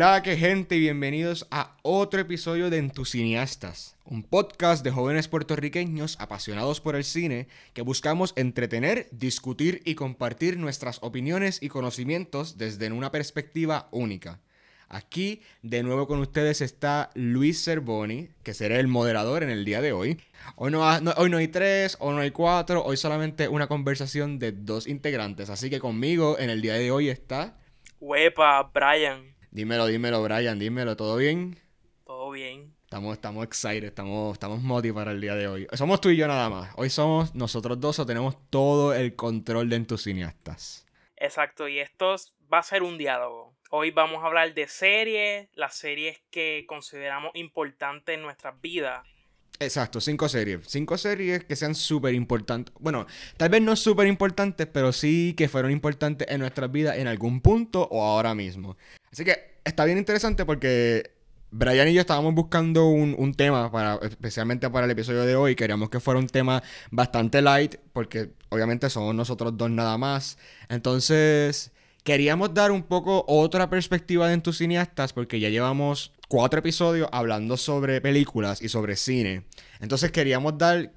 Hola, qué gente, y bienvenidos a otro episodio de Entusiastas, un podcast de jóvenes puertorriqueños apasionados por el cine que buscamos entretener, discutir y compartir nuestras opiniones y conocimientos desde una perspectiva única. Aquí, de nuevo con ustedes está Luis Cervoni, que será el moderador en el día de hoy. Hoy no hay tres, hoy no hay cuatro, hoy solamente una conversación de dos integrantes. Así que conmigo en el día de hoy está... Huepa, Brian. Dímelo, Brian, dímelo, ¿todo bien? Todo bien. Estamos excited, estamos motivados para el día de hoy. Somos tú y yo nada más. Hoy somos nosotros dos o tenemos todo el control de Entusiastas. Exacto, y esto va a ser un diálogo. Hoy vamos a hablar de series, las series que consideramos importantes en nuestras vidas. Exacto, 5 series. 5 series que sean súper importantes. Bueno, tal vez no súper importantes, pero sí que fueron importantes en nuestras vidas en algún punto o ahora mismo. Así que está bien interesante porque Brian y yo estábamos buscando un tema especialmente para el episodio de hoy. Queríamos que fuera un tema bastante light porque obviamente somos nosotros dos nada más. Entonces, queríamos dar un poco otra perspectiva de Entusiastas porque ya llevamos 4 episodios hablando sobre películas y sobre cine. Entonces queríamos dar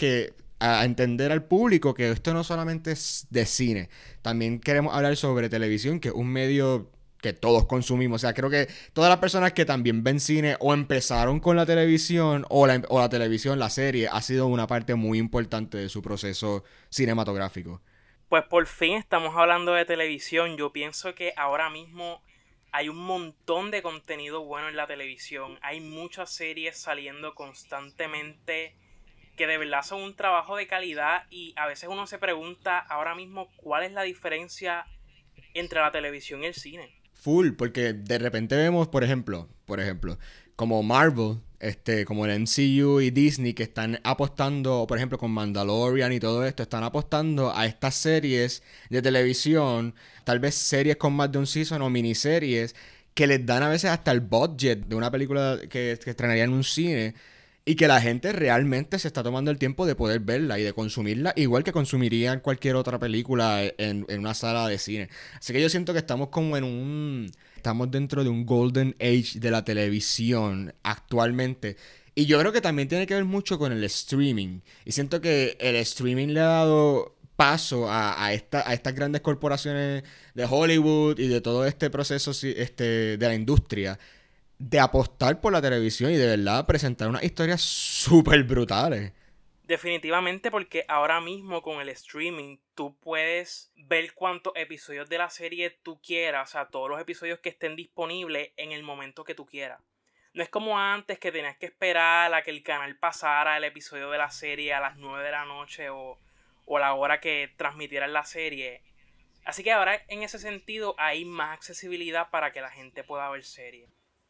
a entender al público que esto no solamente es de cine. También queremos hablar sobre televisión, que es un medio que todos consumimos. O sea, creo que todas las personas que también ven cine o empezaron con la televisión o la televisión, la serie, ha sido una parte muy importante de su proceso cinematográfico. Pues por fin estamos hablando de televisión. Yo pienso que ahora mismo hay un montón de contenido bueno en la televisión. Hay muchas series saliendo constantemente que de verdad son un trabajo de calidad y a veces uno se pregunta ahora mismo cuál es la diferencia entre la televisión y el cine. Full, porque de repente vemos, por ejemplo, como Marvel, como el MCU y Disney que están apostando, por ejemplo, con Mandalorian y todo esto, están apostando a estas series de televisión, tal vez series con más de un season o miniseries, que les dan a veces hasta el budget de una película que estrenaría en un cine. Y que la gente realmente se está tomando el tiempo de poder verla y de consumirla, igual que consumirían cualquier otra película en una sala de cine. Así que yo siento que estamos como estamos dentro de un golden age de la televisión actualmente. Y yo creo que también tiene que ver mucho con el streaming. Y siento que el streaming le ha dado paso a estas grandes corporaciones de Hollywood y de todo este proceso de la industria de apostar por la televisión y de verdad presentar unas historias súper brutales. Definitivamente porque ahora mismo con el streaming tú puedes ver cuántos episodios de la serie tú quieras, o sea, todos los episodios que estén disponibles en el momento que tú quieras. No es como antes que tenías que esperar a que el canal pasara el episodio de la serie a las 9 de la noche o a la hora que transmitieran la serie. Así que ahora en ese sentido hay más accesibilidad para que la gente pueda ver series.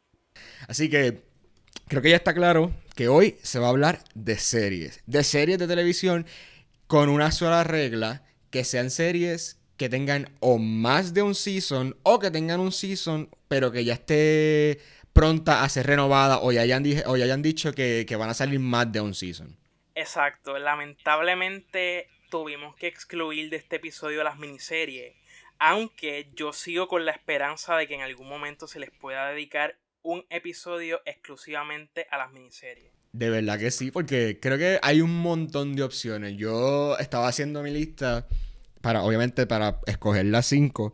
Así que creo que ya está claro que hoy se va a hablar de series de televisión con una sola regla, que sean series que tengan o más de un season o que tengan un season pero que ya esté pronta a ser renovada o ya hayan dicho que van a salir más de un season. Exacto, lamentablemente tuvimos que excluir de este episodio las miniseries, aunque yo sigo con la esperanza de que en algún momento se les pueda dedicar un episodio exclusivamente a las miniseries. De verdad que sí, porque creo que hay un montón de opciones. Yo estaba haciendo mi lista obviamente, para escoger las 5.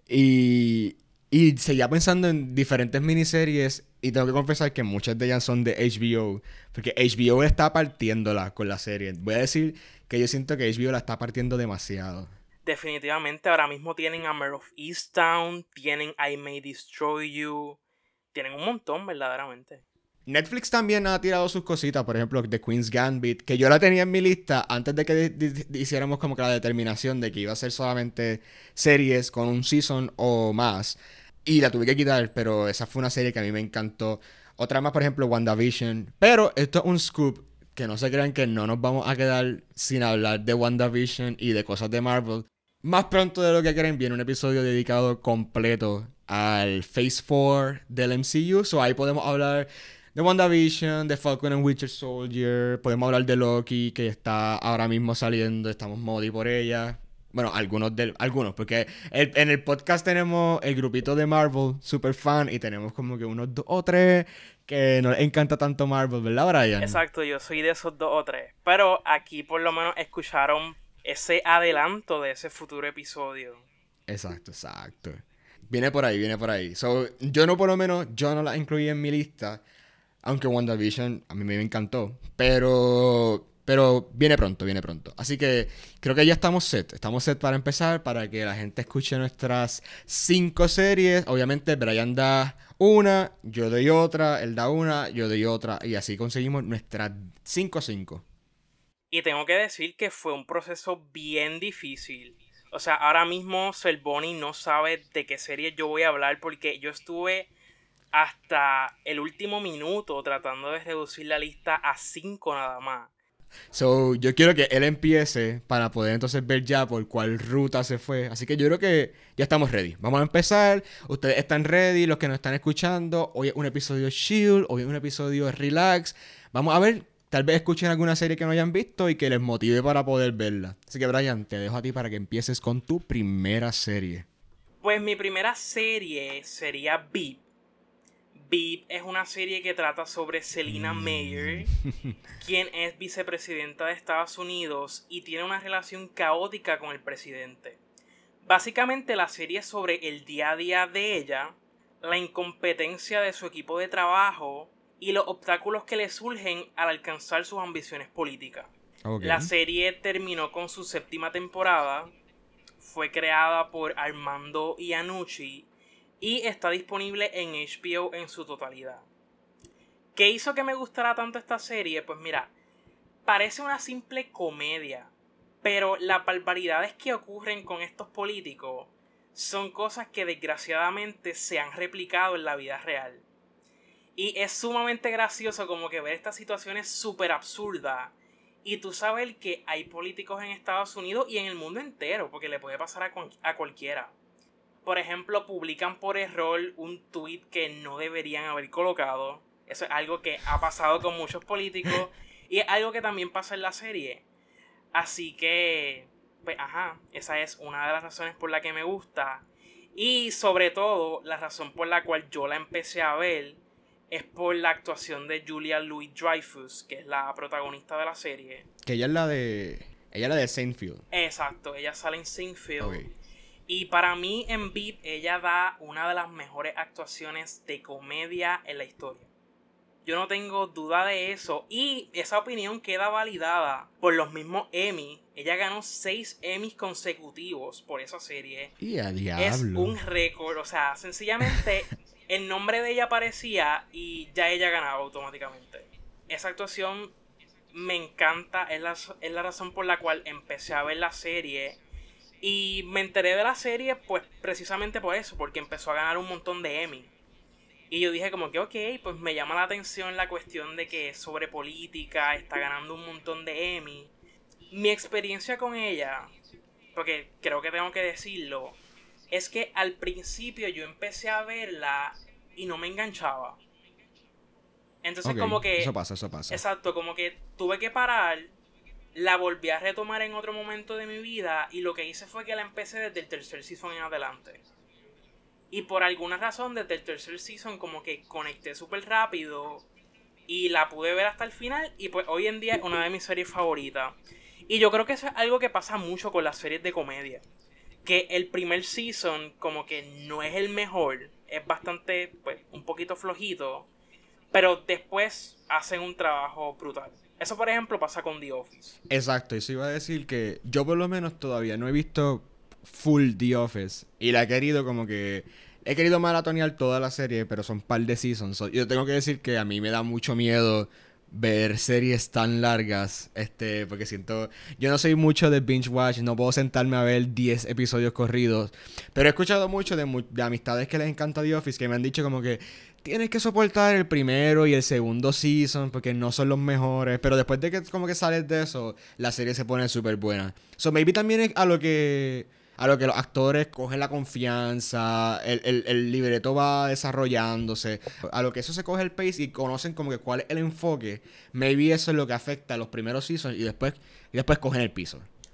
Y seguía pensando en diferentes miniseries. Y tengo que confesar que muchas de ellas son de HBO. Porque HBO está partiéndola con la serie. Voy a decir que yo siento que HBO la está partiendo demasiado. Definitivamente ahora mismo tienen a Mare of Easttown, tienen I May Destroy You, tienen un montón verdaderamente. Netflix también ha tirado sus cositas, por ejemplo, The Queen's Gambit, que yo la tenía en mi lista antes de que hiciéramos como que la determinación de que iba a ser solamente series con un season o más. Y la tuve que quitar, pero esa fue una serie que a mí me encantó. Otra más, por ejemplo, WandaVision. Pero esto es un scoop, que no se crean que no nos vamos a quedar sin hablar de WandaVision y de cosas de Marvel. Más pronto de lo que creen, viene un episodio dedicado completo al Phase 4 del MCU. So ahí podemos hablar de WandaVision, de Falcon and Winter Soldier. Podemos hablar de Loki, que está ahora mismo saliendo. Estamos modi por ella. Bueno, algunos, porque en el podcast tenemos el grupito de Marvel, super fan, y tenemos como que unos 2 o 3 que no les encanta tanto Marvel, ¿verdad, Brian? Exacto, yo soy de esos 2 o 3. Pero aquí por lo menos escucharon ese adelanto de ese futuro episodio. Exacto, exacto. Viene por ahí, viene por ahí. So, yo no, por lo menos, yo no la incluí en mi lista, aunque WandaVision a mí me encantó, pero viene pronto, viene pronto. Así que creo que ya estamos set para empezar, para que la gente escuche nuestras 5 series. Obviamente Brian da una, yo doy otra, él da una, yo doy otra, y así conseguimos nuestras 5. Y tengo que decir que fue un proceso bien difícil. O sea, ahora mismo Selboni no sabe de qué serie yo voy a hablar porque yo estuve hasta el último minuto tratando de reducir la lista a 5 nada más. So, yo quiero que él empiece para poder entonces ver ya por cuál ruta se fue. Así que yo creo que ya estamos ready. Vamos a empezar. Ustedes están ready, los que nos están escuchando. Hoy es un episodio chill, hoy es un episodio relax. Vamos a ver, tal vez escuchen alguna serie que no hayan visto y que les motive para poder verla. Así que Brian, te dejo a ti para que empieces con tu primera serie. Pues mi primera serie sería Veep. Veep es una serie que trata sobre Selina Meyer, quien es vicepresidenta de Estados Unidos y tiene una relación caótica con el presidente. Básicamente la serie es sobre el día a día de ella, la incompetencia de su equipo de trabajo y los obstáculos que le surgen al alcanzar sus ambiciones políticas. Okay. La serie terminó con su 7ª temporada, fue creada por Armando Iannucci y está disponible en HBO en su totalidad. ¿Qué hizo que me gustara tanto esta serie? Pues mira, parece una simple comedia, pero las barbaridades que ocurren con estos políticos son cosas que desgraciadamente se han replicado en la vida real. Y es sumamente gracioso como que ver estas situaciones súper absurdas y tú sabes que hay políticos en Estados Unidos y en el mundo entero, porque le puede pasar a cualquiera. Por ejemplo, publican por error un tweet que no deberían haber colocado. Eso es algo que ha pasado con muchos políticos y es algo que también pasa en la serie. Así que, pues, esa es una de las razones por la que me gusta. Y sobre todo, la razón por la cual yo la empecé a ver es por la actuación de Julia Louis-Dreyfus, que es la protagonista de la serie. Que ella es la de... Ella es la de Seinfeld. Exacto, ella sale en Seinfeld. Okay. Y para mí en Veep ella da una de las mejores actuaciones de comedia en la historia. Yo no tengo duda de eso. Y esa opinión queda validada por los mismos Emmy. Ella ganó 6 Emmys consecutivos por esa serie. Y a diablo. Es un récord. O sea, sencillamente el nombre de ella aparecía y ya ella ganaba automáticamente. Esa actuación me encanta. Es la razón por la cual empecé a ver la serie. Y me enteré de la serie pues precisamente por eso, porque empezó a ganar un montón de Emmy. Y yo dije como que ok, pues me llama la atención la cuestión de que es sobre política, está ganando un montón de Emmy. Mi experiencia con ella, porque creo que tengo que decirlo, es que al principio yo empecé a verla y no me enganchaba. Entonces Okay, como que... Eso pasa. Exacto, como que tuve que parar. La volví a retomar en otro momento de mi vida y lo que hice fue que la empecé desde el tercer season en adelante. Y por alguna razón desde el tercer season como que conecté súper rápido y la pude ver hasta el final y pues hoy en día es una de mis series favoritas. Y yo creo que eso es algo que pasa mucho con las series de comedia. Que el primer season como que no es el mejor, es bastante, pues, un poquito flojito, pero después hacen un trabajo brutal. Eso, por ejemplo, pasa con The Office. Exacto, eso iba a decir que yo por lo menos todavía no he visto full The Office. Y la he querido como que... He querido maratonear toda la serie, pero son par de seasons. Yo tengo que decir que a mí me da mucho miedo ver series tan largas, porque siento... Yo no soy mucho de binge watch, no puedo sentarme a ver 10 episodios corridos. Pero he escuchado mucho de amistades que les encanta The Office, que me han dicho como que... Tienes que soportar el primero y el segundo season porque no son los mejores. Pero después de que como que sales de eso, la serie se pone súper buena. So maybe también es a lo que los actores cogen la confianza, el libreto va desarrollándose. A lo que eso se coge el pace y conocen como que cuál es el enfoque. Maybe eso es lo que afecta a los primeros seasons y después cogen el piso.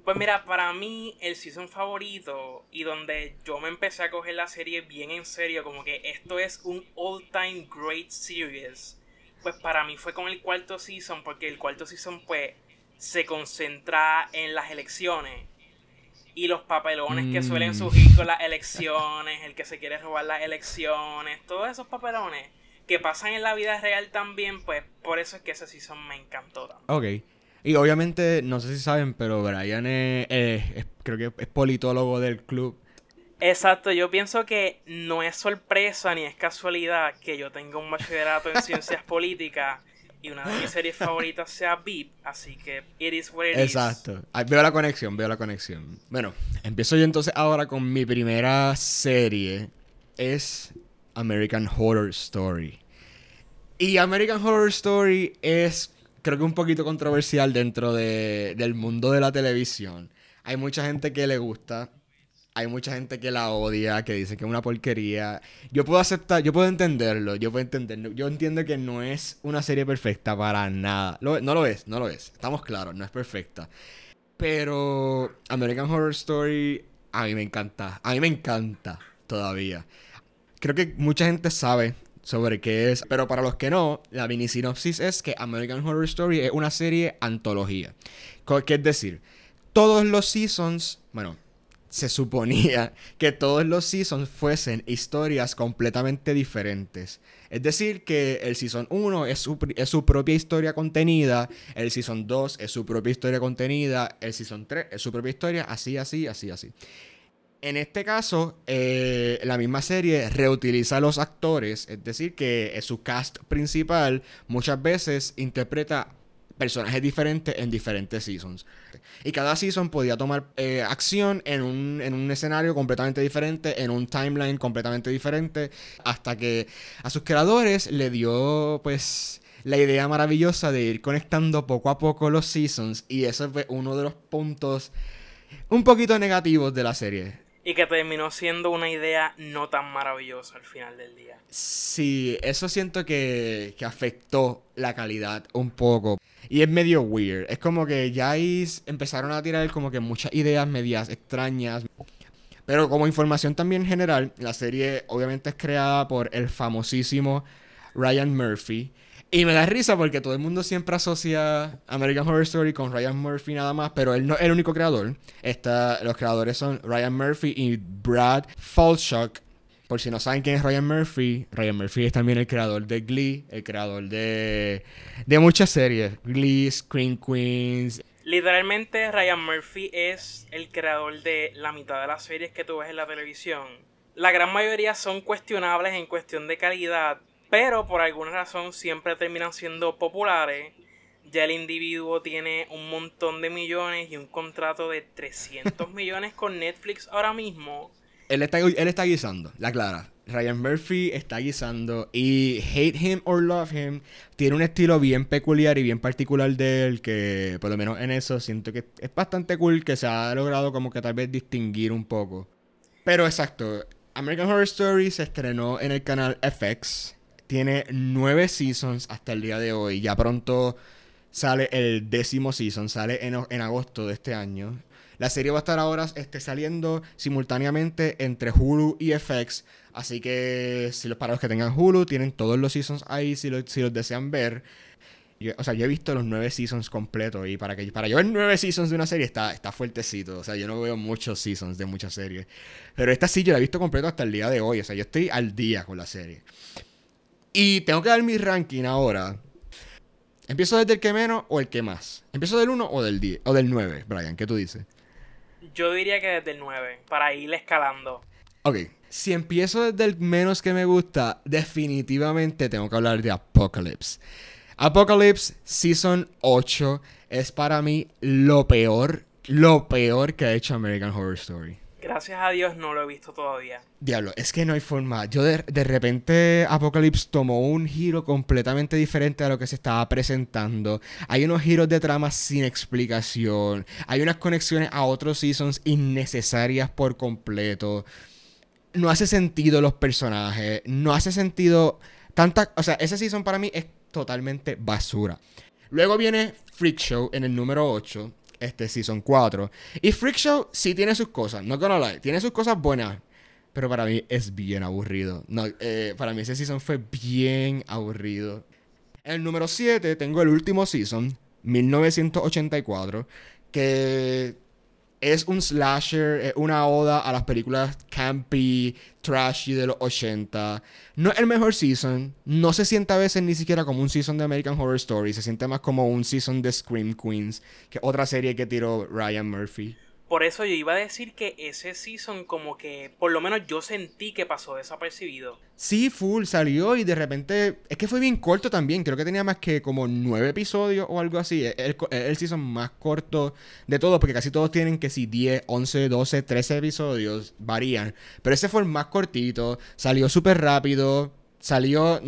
Pues mira, para mí el season favorito y donde yo me empecé a coger la serie bien en serio, como que esto es un all time great series, pues para mí fue con el cuarto season, porque el cuarto season pues se concentra en las elecciones y los papelones que suelen Mm, surgir con las elecciones, el que se quiere robar las elecciones, todos esos papelones que pasan en la vida real también, pues por eso es que ese season me encantó tanto. ok. Y obviamente, no sé si saben, pero Brian creo que es politólogo del club. Exacto, yo pienso que no es sorpresa ni es casualidad que yo tenga un bachillerato en ciencias políticas y una de mis series favoritas sea VIP, así que it is what it is. Exacto. Ah, veo la conexión, veo la conexión. Bueno, empiezo yo entonces ahora con mi primera serie. Es American Horror Story. Y American Horror Story es, creo que un poquito controversial dentro del mundo de la televisión. Hay mucha gente que le gusta, hay mucha gente que la odia, que dice que es una porquería. Yo puedo aceptar, yo puedo entenderlo, yo puedo entenderlo. Yo entiendo que no es una serie perfecta para nada. No lo es, no lo es. Estamos claros, no es perfecta. Pero American Horror Story a mí me encanta. A mí me encanta todavía. Creo que mucha gente sabe sobre qué es, pero para los que no, la mini sinopsis es que American Horror Story es una serie antología. ¿Qué es decir? Todos los seasons, bueno, se suponía que todos los seasons fuesen historias completamente diferentes. Es decir, que el Season 1 es su propia historia contenida, el Season 2 es su propia historia contenida, el Season 3 es su propia historia, así, así, así, así. En este caso, la misma serie reutiliza a los actores, es decir, que su cast principal muchas veces interpreta personajes diferentes en diferentes seasons. Y cada season podía tomar acción en un escenario completamente diferente, en un timeline completamente diferente, hasta que a sus creadores le dio, pues, la idea maravillosa de ir conectando poco a poco los seasons, y eso fue uno de los puntos un poquito negativos de la serie. Y que terminó siendo una idea no tan maravillosa al final del día. Sí, eso siento que afectó la calidad un poco. Y es medio weird. Es como que ya ahí empezaron a tirar como que muchas ideas medias extrañas. Pero como información también general, la serie obviamente es creada por el famosísimo Ryan Murphy. Y me da risa porque todo el mundo siempre asocia American Horror Story con Ryan Murphy nada más, pero él no es el único creador. Los creadores son Ryan Murphy y Brad Falchuk. Por si no saben quién es Ryan Murphy es también el creador de Glee, el creador de muchas series. Glee, Scream Queens. Literalmente Ryan Murphy es el creador de la mitad de las series que tú ves en la televisión. La gran mayoría son cuestionables en cuestión de calidad, pero por alguna razón siempre terminan siendo populares. Ya el individuo tiene un montón de millones y un contrato de 300 millones con Netflix ahora mismo. Él está guisando, la clara. Ryan Murphy está guisando y hate him or love him, tiene un estilo bien peculiar y bien particular de él que por lo menos en eso siento que es bastante cool, que se ha logrado como que tal vez distinguir un poco. Pero exacto, American Horror Story se estrenó en el canal FX, tiene 9 seasons hasta el día de hoy, ya pronto sale el 10º season, sale en agosto de este año. La serie va a estar ahora saliendo simultáneamente entre Hulu y FX. Así que para los que tengan Hulu, tienen todos los seasons ahí si los desean ver. Yo he visto los 9 seasons completos. Y para yo ver 9 seasons de una serie está fuertecito. O sea, yo no veo muchos seasons de muchas series. Pero esta sí yo la he visto completo hasta el día de hoy. O sea, yo estoy al día con la serie. Y tengo que dar mi ranking ahora. ¿Empiezo desde el que menos o el que más? ¿Empiezo del 1 o del 10? O del 9, Brian, ¿qué tú dices? Yo diría que desde el 9, para ir escalando. Ok, si empiezo desde el menos que me gusta, definitivamente tengo que hablar de Apocalypse. Apocalypse Season 8 es para mí lo peor que ha hecho American Horror Story. Gracias a Dios no lo he visto todavía. Diablo, es que no hay forma. Yo de repente Apocalypse tomó un giro completamente diferente a lo que se estaba presentando. Hay unos giros de trama sin explicación. Hay unas conexiones a otros seasons innecesarias por completo. No hace sentido los personajes. No hace sentido o sea, ese season para mí es totalmente basura. Luego viene Freak Show en el número 8. Season 4. Y Freak Show sí tiene sus cosas, no gonna lie, tiene sus cosas buenas. Pero para mí es bien aburrido. No, para mí ese season fue bien aburrido. En el número 7 tengo el último season, 1984, que es un slasher, es una oda a las películas campy, trashy de los 80. No es el mejor season, no se siente a veces ni siquiera como un season de American Horror Story, se siente más como un season de Scream Queens, que otra serie que tiró Ryan Murphy. Por eso yo iba a decir que ese season como que por lo menos yo sentí que pasó desapercibido. Sí, full, salió y de repente... Es que fue bien corto también, creo que tenía más que como 9 episodios o algo así. Es el season más corto de todos, porque casi todos tienen que si 10, 11, 12, 13 episodios, varían. Pero ese fue el más cortito, salió súper rápido, salió,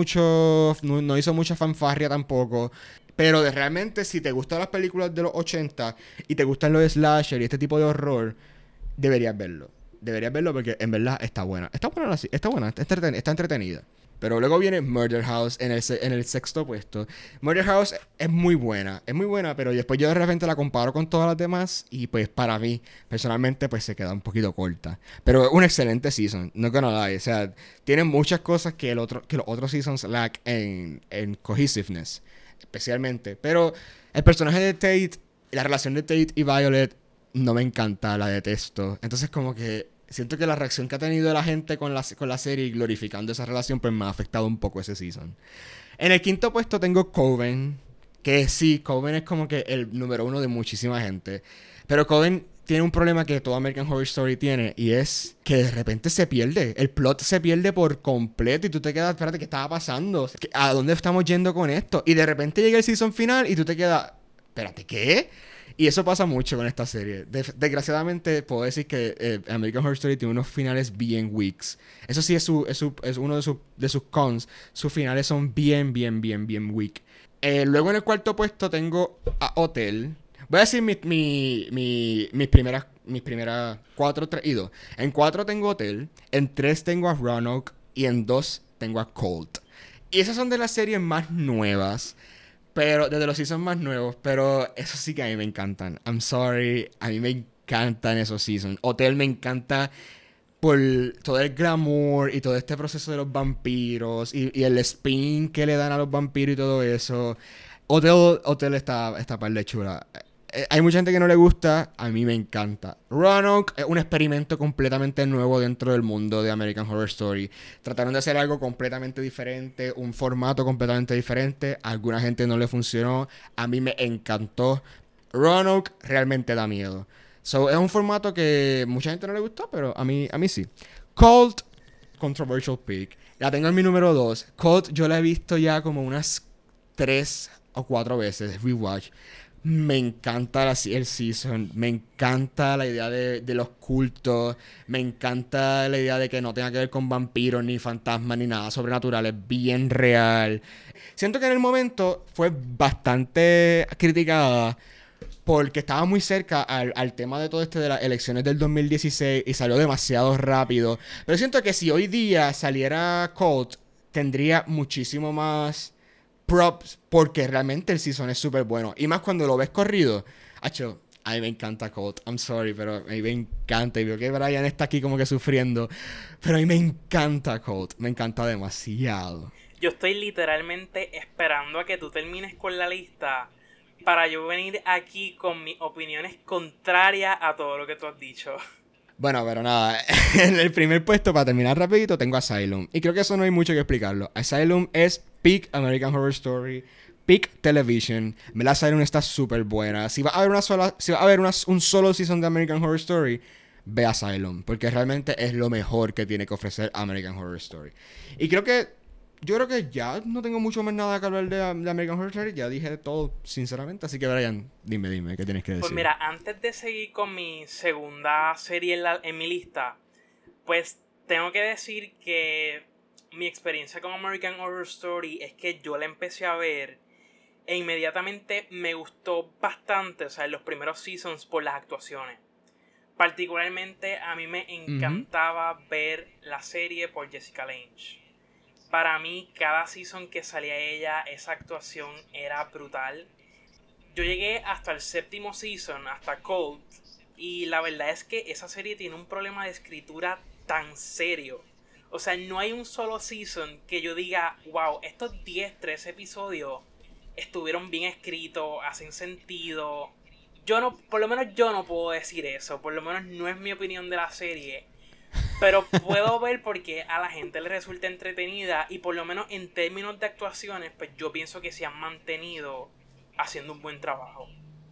no hizo mucha fanfarria tampoco. Pero realmente si te gustan las películas de los 80 y te gustan los slasher y este tipo de horror, deberías verlo. Deberías verlo porque en verdad está buena. Está buena, está entretenida. Pero luego viene Murder House en el sexto puesto. Murder House es muy buena, pero después yo de repente la comparo con todas las demás y pues para mí, personalmente, pues se queda un poquito corta. Pero es un excelente season, no gonna lie. O sea, tiene muchas cosas que los otros seasons lack en cohesiveness, especialmente. Pero el personaje de Tate, la relación de Tate y Violet, no me encanta, la detesto. Entonces como que siento que la reacción que ha tenido la gente con la serie glorificando esa relación pues me ha afectado un poco ese season. En el quinto puesto tengo Coven, que sí, Coven es como que el número uno de muchísima gente. Pero Coven tiene un problema que todo American Horror Story tiene y es que de repente se pierde. El plot se pierde por completo y tú te quedas, espérate, ¿qué estaba pasando? ¿A dónde estamos yendo con esto? Y de repente llega el season final y tú te quedas, espérate, ¿qué? Y eso pasa mucho con esta serie. Desgraciadamente puedo decir que American Horror Story tiene unos finales bien weaks. Eso sí es uno de sus cons. Sus finales son bien weak. Luego en el cuarto puesto tengo a Hotel. Voy a decir mis primeras 4, 3 y 2. En 4 tengo Hotel. En 3 tengo a Roanoke. Y en 2 tengo a Colt. Y esas son de las series más nuevas. Pero, desde los seasons más nuevos, pero eso sí que a mí me encantan. I'm sorry, a mí me encantan esos seasons. Hotel me encanta por todo el glamour y todo este proceso de los vampiros y el spin que le dan a los vampiros y todo eso. Hotel está par de chula. Hay mucha gente que no le gusta, a mí me encanta. Roanoke es un experimento completamente nuevo dentro del mundo de American Horror Story. Trataron de hacer algo completamente diferente, un formato completamente diferente. A alguna gente no le funcionó, a mí me encantó. Roanoke realmente da miedo. So, es un formato que mucha gente no le gustó, pero a mí sí. Cult, controversial pick. La tengo en mi número 2. Cult yo la he visto ya como unas 3 o 4 veces, rewatch. Me encanta el season, me encanta la idea de los cultos, me encanta la idea de que no tenga que ver con vampiros, ni fantasmas, ni nada sobrenatural, es bien real. Siento que en el momento fue bastante criticada porque estaba muy cerca al tema de todo este de las elecciones del 2016 y salió demasiado rápido. Pero siento que si hoy día saliera Cult, tendría muchísimo más props porque realmente el season es súper bueno. Y más cuando lo ves corrido. Acho, a mí me encanta Cult. I'm sorry, pero a mí me encanta. Y veo que Brian está aquí como que sufriendo. Pero a mí me encanta Cult. Me encanta demasiado. Yo estoy literalmente esperando a que tú termines con la lista para yo venir aquí con mis opiniones contrarias a todo lo que tú has dicho. Bueno, pero nada, en el primer puesto, para terminar rapidito, tengo Asylum. Y creo que eso no hay mucho que explicarlo. Asylum es peak American Horror Story, peak television. La Asylum está súper buena. Si va a haber un solo season de American Horror Story, ve Asylum. Porque realmente es lo mejor que tiene que ofrecer American Horror Story. Y yo creo que ya no tengo mucho más nada que hablar de American Horror Story. Ya dije todo, sinceramente. Así que, Brian, dime, ¿qué tienes que decir? Pues mira, antes de seguir con mi segunda serie en mi lista, pues tengo que decir que mi experiencia con American Horror Story es que yo la empecé a ver e inmediatamente me gustó bastante, o sea, en los primeros seasons por las actuaciones. Particularmente a mí me encantaba ver la serie por Jessica Lange. Para mí, cada season que salía ella, esa actuación era brutal. Yo llegué hasta el séptimo season, hasta Cold, y la verdad es que esa serie tiene un problema de escritura tan serio. O sea, no hay un solo season que yo diga, wow, estos 10 13 episodios estuvieron bien escritos, hacen sentido. Yo no, por lo menos yo no puedo decir eso, por lo menos no es mi opinión de la serie. Pero puedo ver por qué a la gente le resulta entretenida y por lo menos en términos de actuaciones, pues yo pienso que se han mantenido haciendo un buen trabajo.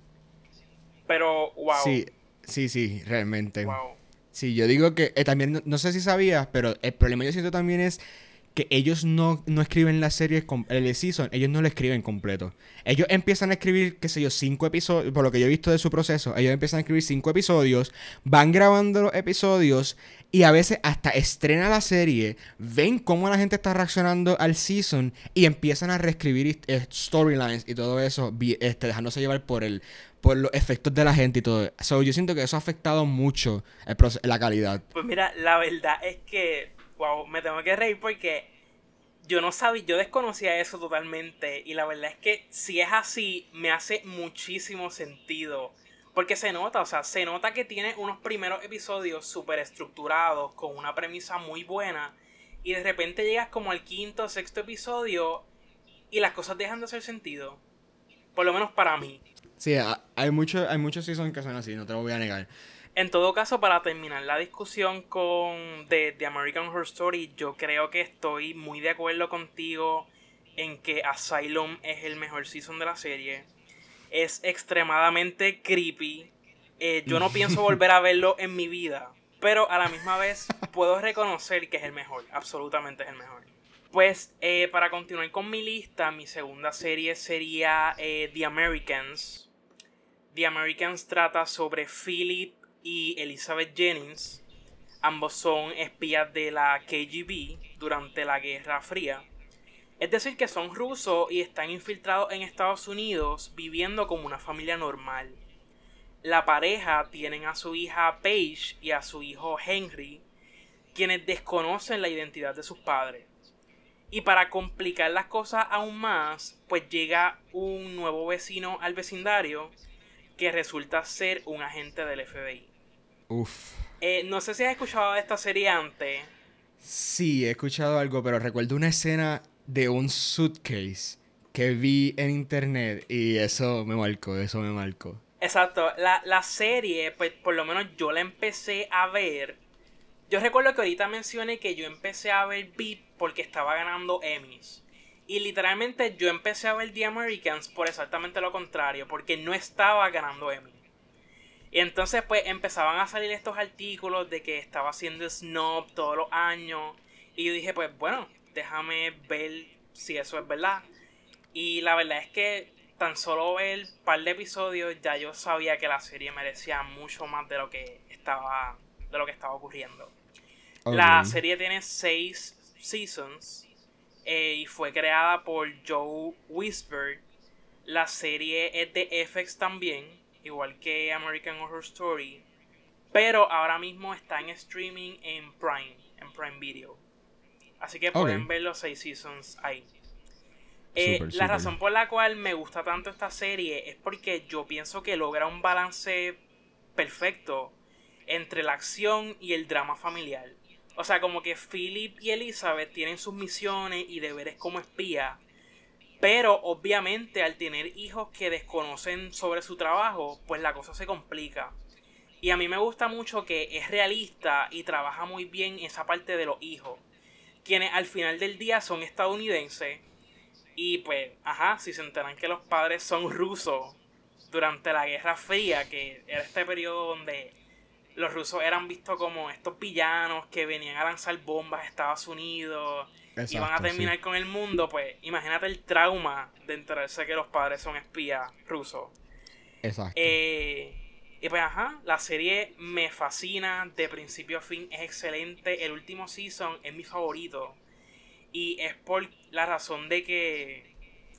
Pero, wow, Sí, sí, realmente. wow. Sí, yo digo que también, no sé si sabías, pero el problema yo siento también es que ellos no escriben la serie, el season, ellos no lo escriben completo. Ellos empiezan a escribir, qué sé yo, 5 episodios, por lo que yo he visto de su proceso, ellos empiezan a escribir 5 episodios, van grabando los episodios y a veces hasta estrena la serie, ven cómo la gente está reaccionando al season y empiezan a reescribir storylines y todo eso, dejándose llevar por los efectos de la gente y todo. So, yo siento que eso ha afectado mucho la calidad. Pues mira, la verdad es que, wow, me tengo que reír porque yo no sabía, yo desconocía eso totalmente y la verdad es que si es así, me hace muchísimo sentido. Porque se nota, o sea, se nota que tiene unos primeros episodios súper estructurados, con una premisa muy buena, y de repente llegas como al quinto o sexto episodio y las cosas dejan de hacer sentido. Por lo menos para mí. Sí, hay muchos seasons que son así, no te lo voy a negar. En todo caso, para terminar la discusión de American Horror Story, yo creo que estoy muy de acuerdo contigo en que Asylum es el mejor season de la serie. Es extremadamente creepy. Yo no pienso volver a verlo en mi vida, pero a la misma vez puedo reconocer que es el mejor. Absolutamente es el mejor. Pues para continuar con mi lista, mi segunda serie sería The Americans. The Americans trata sobre Philip y Elizabeth Jennings. Ambos son espías de la KGB durante la Guerra Fría. Es decir, que son rusos y están infiltrados en Estados Unidos viviendo como una familia normal. La pareja tienen a su hija Paige y a su hijo Henry, quienes desconocen la identidad de sus padres. Y para complicar las cosas aún más, pues llega un nuevo vecino al vecindario que resulta ser un agente del FBI. Uf. No sé si has escuchado de esta serie antes. Sí, he escuchado algo, pero recuerdo una escena de un suitcase que vi en internet y eso me marcó, eso me marcó. Exacto, la serie, pues por lo menos yo la empecé a ver. Yo recuerdo que ahorita mencioné que yo empecé a ver VIP porque estaba ganando Emmys. Y literalmente yo empecé a ver The Americans por exactamente lo contrario, porque no estaba ganando Emmy. Y entonces pues empezaban a salir estos artículos de que estaba haciendo snob todos los años. Y yo dije, pues bueno, déjame ver si eso es verdad. Y la verdad es que tan solo ver un par de episodios ya yo sabía que la serie merecía mucho más de lo que estaba ocurriendo. La Ok. serie tiene 6 seasons y fue creada por Joe Wisberg. La serie es de FX también, igual que American Horror Story, pero ahora mismo está en streaming en Prime Video. Así que pueden Ok. ver los 6 seasons ahí. Súper, La súper. razón por la cual me gusta tanto esta serie es porque yo pienso que logra un balance perfecto entre la acción y el drama familiar. O sea, como que Philip y Elizabeth tienen sus misiones y deberes como espía, pero obviamente al tener hijos que desconocen sobre su trabajo, pues la cosa se complica. Y a mí me gusta mucho que es realista y trabaja muy bien esa parte de los hijos, quienes al final del día son estadounidenses y pues, ajá, si se enteran que los padres son rusos durante la Guerra Fría, que era este periodo donde los rusos eran vistos como estos villanos que venían a lanzar bombas a Estados Unidos, iban a Exacto, sí. terminar con el mundo, pues imagínate el trauma de enterarse que los padres son espías rusos. Exacto. Eh, y pues ajá, la serie me fascina de principio a fin, es excelente, el último season es mi favorito. Y es por la razón de que,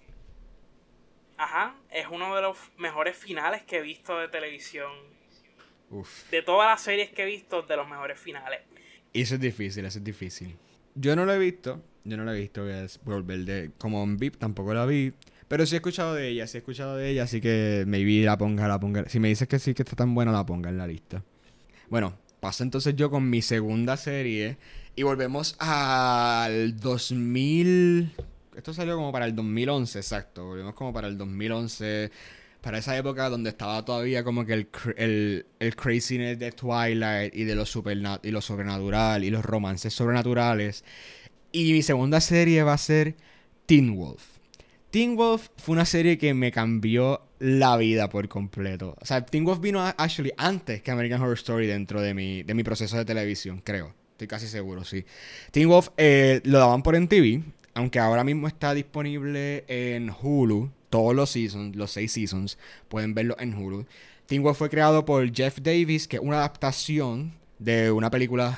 ajá, es uno de los mejores finales que he visto de televisión. Uf. De todas las series que he visto, de los mejores finales. Y eso es difícil, eso es difícil. Yo no lo he visto, voy a volver de... Como en VIP tampoco la vi, Pero sí he escuchado de ella, así que maybe la ponga. Si me dices que sí que está tan buena, la ponga en la lista. Bueno, paso entonces yo con mi segunda serie y volvemos al 2000. Esto salió como para el 2011, exacto. Volvemos como para el 2011, para esa época donde estaba todavía como que el craziness de Twilight y de y lo sobrenatural y los romances sobrenaturales. Y mi segunda serie va a ser Teen Wolf. Teen Wolf fue una serie que me cambió la vida por completo. O sea, Teen Wolf vino actually antes que American Horror Story dentro de mi proceso de televisión, creo. Estoy casi seguro, sí. Teen Wolf lo daban por MTV, aunque ahora mismo está disponible en Hulu. Todos los seasons, los 6 seasons, pueden verlo en Hulu. Teen Wolf fue creado por Jeff Davis, que es una adaptación de una película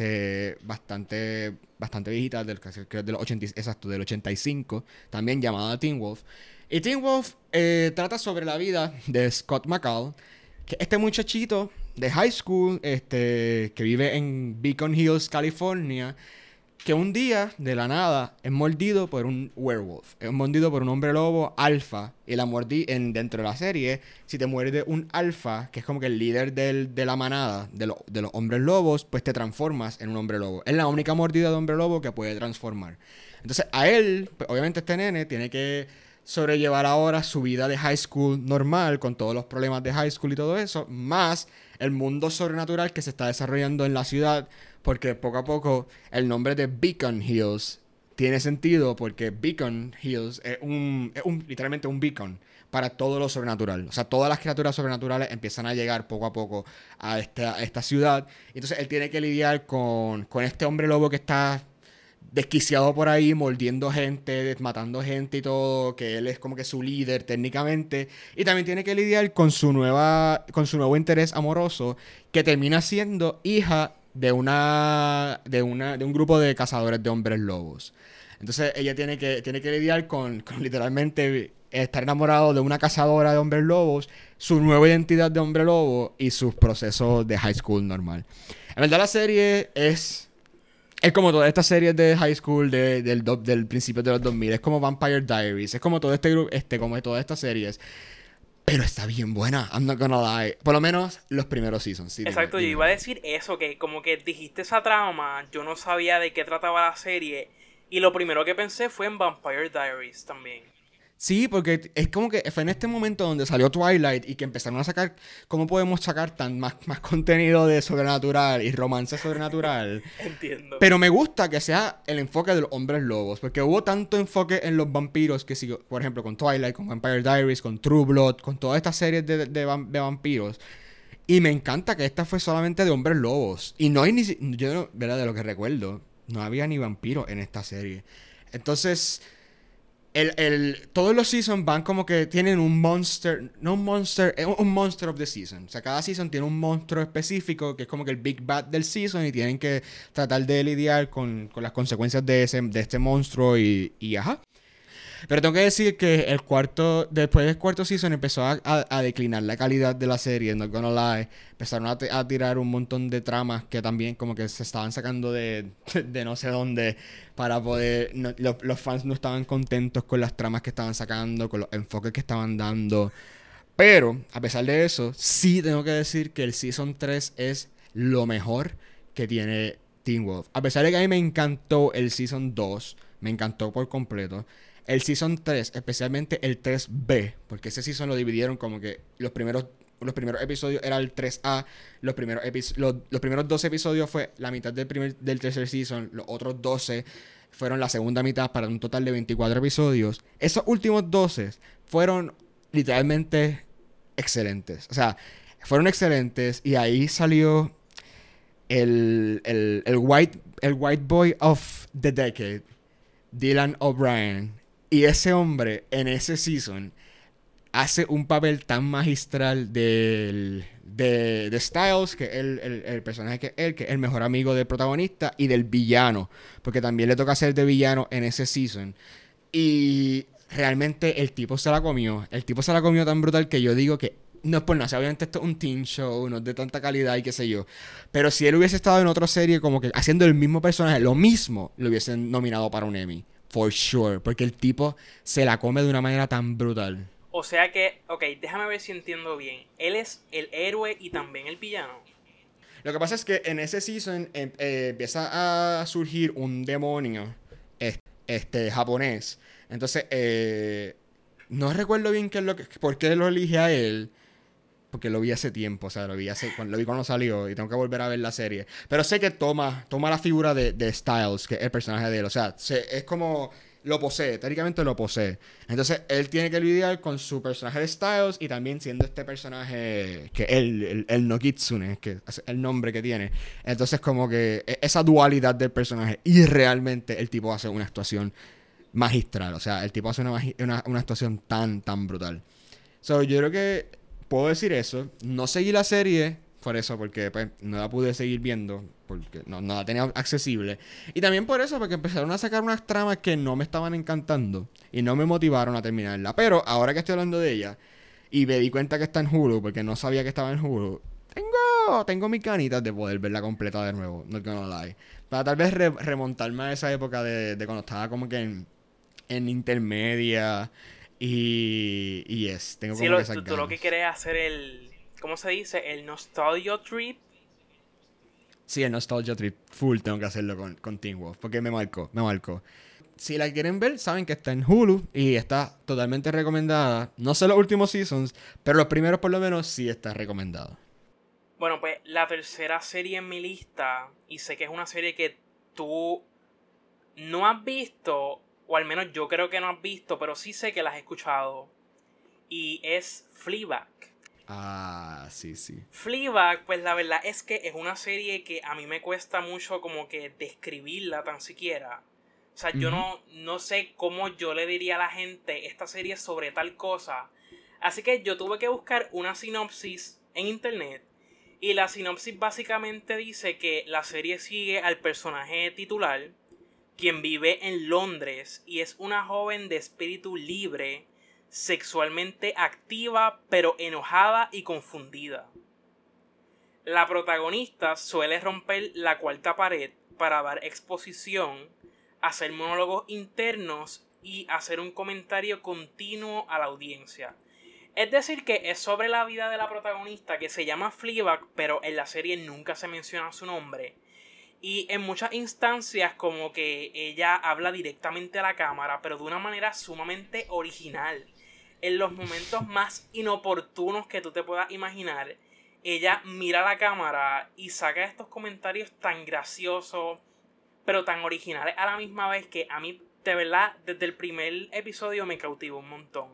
bastante viejita, creo que es del 85, también llamada Teen Wolf. Y Teen Wolf trata sobre la vida de Scott McCall, que este muchachito de high school que vive en Beacon Hills, California, que un día, de la nada, es mordido por un werewolf. Es mordido por un hombre lobo alfa. Y dentro de la serie, si te muerde un alfa, que es como que el líder de la manada, de los hombres lobos, pues te transformas en un hombre lobo. Es la única mordida de hombre lobo que puede transformar. Entonces, a él, pues, obviamente este nene, tiene que sobrellevar ahora su vida de high school normal, con todos los problemas de high school y todo eso, más el mundo sobrenatural que se está desarrollando en la ciudad, porque poco a poco el nombre de Beacon Hills tiene sentido, porque Beacon Hills es literalmente un beacon para todo lo sobrenatural. O sea, todas las criaturas sobrenaturales empiezan a llegar poco a poco a esta ciudad. Entonces él tiene que lidiar con este hombre lobo que está desquiciado por ahí, mordiendo gente, matando gente y todo, que él es como que su líder técnicamente, y también tiene que lidiar con su nuevo interés amoroso, que termina siendo hija de un grupo de cazadores de hombres lobos. Entonces ella tiene que lidiar con literalmente estar enamorado de una cazadora de hombres lobos, su nueva identidad de hombre lobo y sus procesos de high school normal. En verdad la serie es como todas estas series de high school del principio de los 2000. Es como Vampire Diaries. Es como todo este grupo, como todas estas series. Pero está bien buena, I'm not gonna lie. Por lo menos los primeros seasons. Sí, exacto, yo iba a decir eso, que como que dijiste esa trama, yo no sabía de qué trataba la serie. Y lo primero que pensé fue en Vampire Diaries también. Sí, porque es como que fue en este momento donde salió Twilight y que empezaron a sacar, ¿cómo podemos sacar más contenido de sobrenatural y romance sobrenatural? Entiendo. Pero me gusta que sea el enfoque de los hombres lobos, porque hubo tanto enfoque en los vampiros que sí, por ejemplo, con Twilight, con Vampire Diaries, con True Blood, con todas estas series de vampiros. Y me encanta que esta fue solamente de hombres lobos. Y no hay yo no, ¿verdad? De lo que recuerdo, no había ni vampiros en esta serie. Entonces todos los seasons van como que tienen un monster, no un monster, un monster of the season. O sea, cada season tiene un monstruo específico que es como que el big bad del season y tienen que tratar de lidiar con las consecuencias de este monstruo y ajá. Pero tengo que decir que después del cuarto season empezó a declinar la calidad de la serie, not gonna lie. Empezaron a tirar un montón de tramas que también como que se estaban sacando de no sé dónde para poder... los fans no estaban contentos con las tramas que estaban sacando, con los enfoques que estaban dando. Pero, a pesar de eso, sí tengo que decir que el Season 3 es lo mejor que tiene Teen Wolf. A pesar de que a mí me encantó el Season 2, me encantó por completo. El Season 3, especialmente el 3B, porque ese Season lo dividieron como que los primeros episodios era el 3A, los primeros 12 episodios fue la mitad del tercer Season, los otros 12 fueron la segunda mitad para un total de 24 episodios. Esos últimos 12 fueron literalmente excelentes. O sea, fueron excelentes y ahí salió el white boy of the decade, Dylan O'Brien. Y ese hombre en ese season hace un papel tan magistral de Styles, que es el personaje que es el mejor amigo del protagonista, y del villano, porque también le toca ser de villano en ese season. Y realmente el tipo se la comió. El tipo se la comió tan brutal que yo digo que no es por nada. Obviamente esto es un teen show, no es de tanta calidad y qué sé yo. Pero si él hubiese estado en otra serie como que haciendo el mismo personaje, lo mismo, lo hubiesen nominado para un Emmy. for sure. Porque el tipo se la come de una manera tan brutal. O sea que, ok, déjame ver si entiendo bien. Él es el héroe y también el villano. Lo que pasa es que en ese season empieza a surgir un demonio japonés. Entonces, no recuerdo bien por qué lo elige a él. Porque lo vi hace tiempo, o sea, lo vi cuando salió y tengo que volver a ver la serie. Pero sé que toma la figura de Styles, que es el personaje de él. O sea, es como lo posee, técnicamente lo posee. Entonces, él tiene que lidiar con su personaje de Styles y también siendo este personaje que el no Kitsune, que es el nombre que tiene. Entonces, como que esa dualidad del personaje y realmente el tipo hace una actuación magistral. O sea, el tipo hace una actuación tan brutal. So, yo creo que puedo decir eso. No seguí la serie por eso, porque pues, no la pude seguir viendo, porque no la tenía accesible. Y también por eso, porque empezaron a sacar unas tramas que no me estaban encantando y no me motivaron a terminarla. Pero ahora que estoy hablando de ella y me di cuenta que está en Hulu, porque no sabía que estaba en Hulu, tengo mis ganitas de poder verla completa de nuevo, not gonna lie. Para tal vez remontarme a esa época de cuando estaba como que en intermedia. Tengo Sí, como que esas tú lo que ganas. quieres hacer ¿cómo se dice? El nostalgia trip. Sí, el Nostalgia Trip full tengo que hacerlo con Teen Wolf, porque me marcó. Si la quieren ver, saben que está en Hulu y está totalmente recomendada. No sé los últimos seasons, pero los primeros por lo menos sí está recomendado. Bueno, pues la tercera serie en mi lista, y sé que es una serie que tú no has visto, o al menos yo creo que no has visto, pero sí sé que la has escuchado, y es Fleabag. Ah, sí, sí. Fleabag, pues la verdad es que es una serie que a mí me cuesta mucho como que describirla tan siquiera. O sea, yo Ujú. no sé cómo yo le diría a la gente esta serie es sobre tal cosa. Así que yo tuve que buscar una sinopsis en internet. Y la sinopsis básicamente dice que la serie sigue al personaje titular, quien vive en Londres y es una joven de espíritu libre, sexualmente activa pero enojada y confundida. La protagonista suele romper la cuarta pared para dar exposición, hacer monólogos internos y hacer un comentario continuo a la audiencia. Es decir, que es sobre la vida de la protagonista que se llama Fleabag, pero en la serie nunca se menciona su nombre. Y en muchas instancias como que ella habla directamente a la cámara, pero de una manera sumamente original. En los momentos más inoportunos que tú te puedas imaginar, ella mira a la cámara y saca estos comentarios tan graciosos, pero tan originales a la misma vez que a mí, de verdad, desde el primer episodio me cautivó un montón.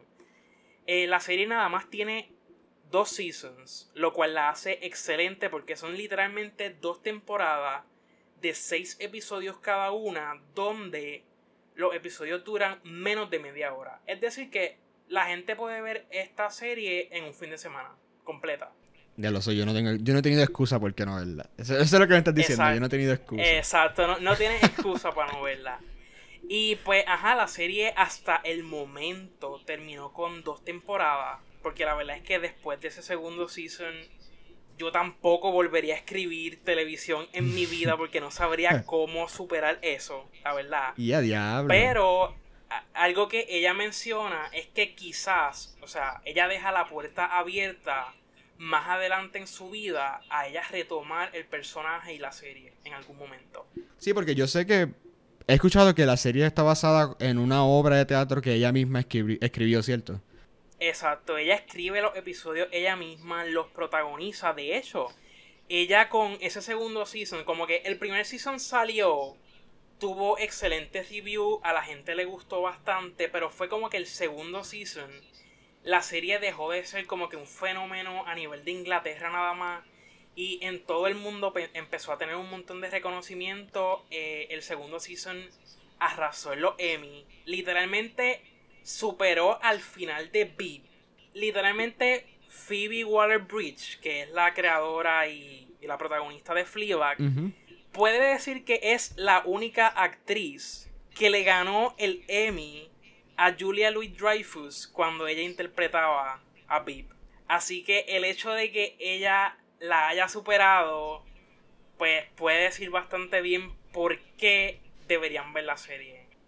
La serie nada más tiene 2 seasons, lo cual la hace excelente porque son literalmente 2 temporadas de 6 episodios cada una, donde los episodios duran menos de media hora. Es decir que la gente puede ver esta serie en un fin de semana completa. Ya lo soy, yo no he tenido excusa por qué no verla. Eso es lo que me estás diciendo, yo no he Exacto, tenido excusa. exacto, no tienes excusa para no verla. Y pues, ajá, la serie hasta el momento terminó con 2 temporadas. Porque la verdad es que después de ese segundo season, yo tampoco volvería a escribir televisión en mi vida porque no sabría cómo superar eso, la verdad. Y a diablo. Pero algo que ella menciona es que quizás, o sea, ella deja la puerta abierta más adelante en su vida a ella retomar el personaje y la serie en algún momento. Sí, porque yo sé que he escuchado que la serie está basada en una obra de teatro que ella misma escribió, ¿cierto? Exacto, ella escribe los episodios ella misma, los protagoniza. De hecho, ella con ese segundo season, como que el primer season salió, tuvo excelentes reviews, a la gente le gustó bastante, pero fue como que el segundo season, la serie dejó de ser como que un fenómeno a nivel de Inglaterra nada más. Y en todo el mundo empezó a tener un montón de reconocimiento. El segundo season arrasó en los Emmy. Literalmente superó al final de Veep. Literalmente Phoebe Waller-Bridge, que es la creadora y la protagonista de Fleabag, Ujú. puede decir que es la única actriz que le ganó el Emmy a Julia Louis-Dreyfus cuando ella interpretaba a Veep. Así que el hecho de que ella la haya superado, pues puede decir bastante bien por qué deberían ver la serie.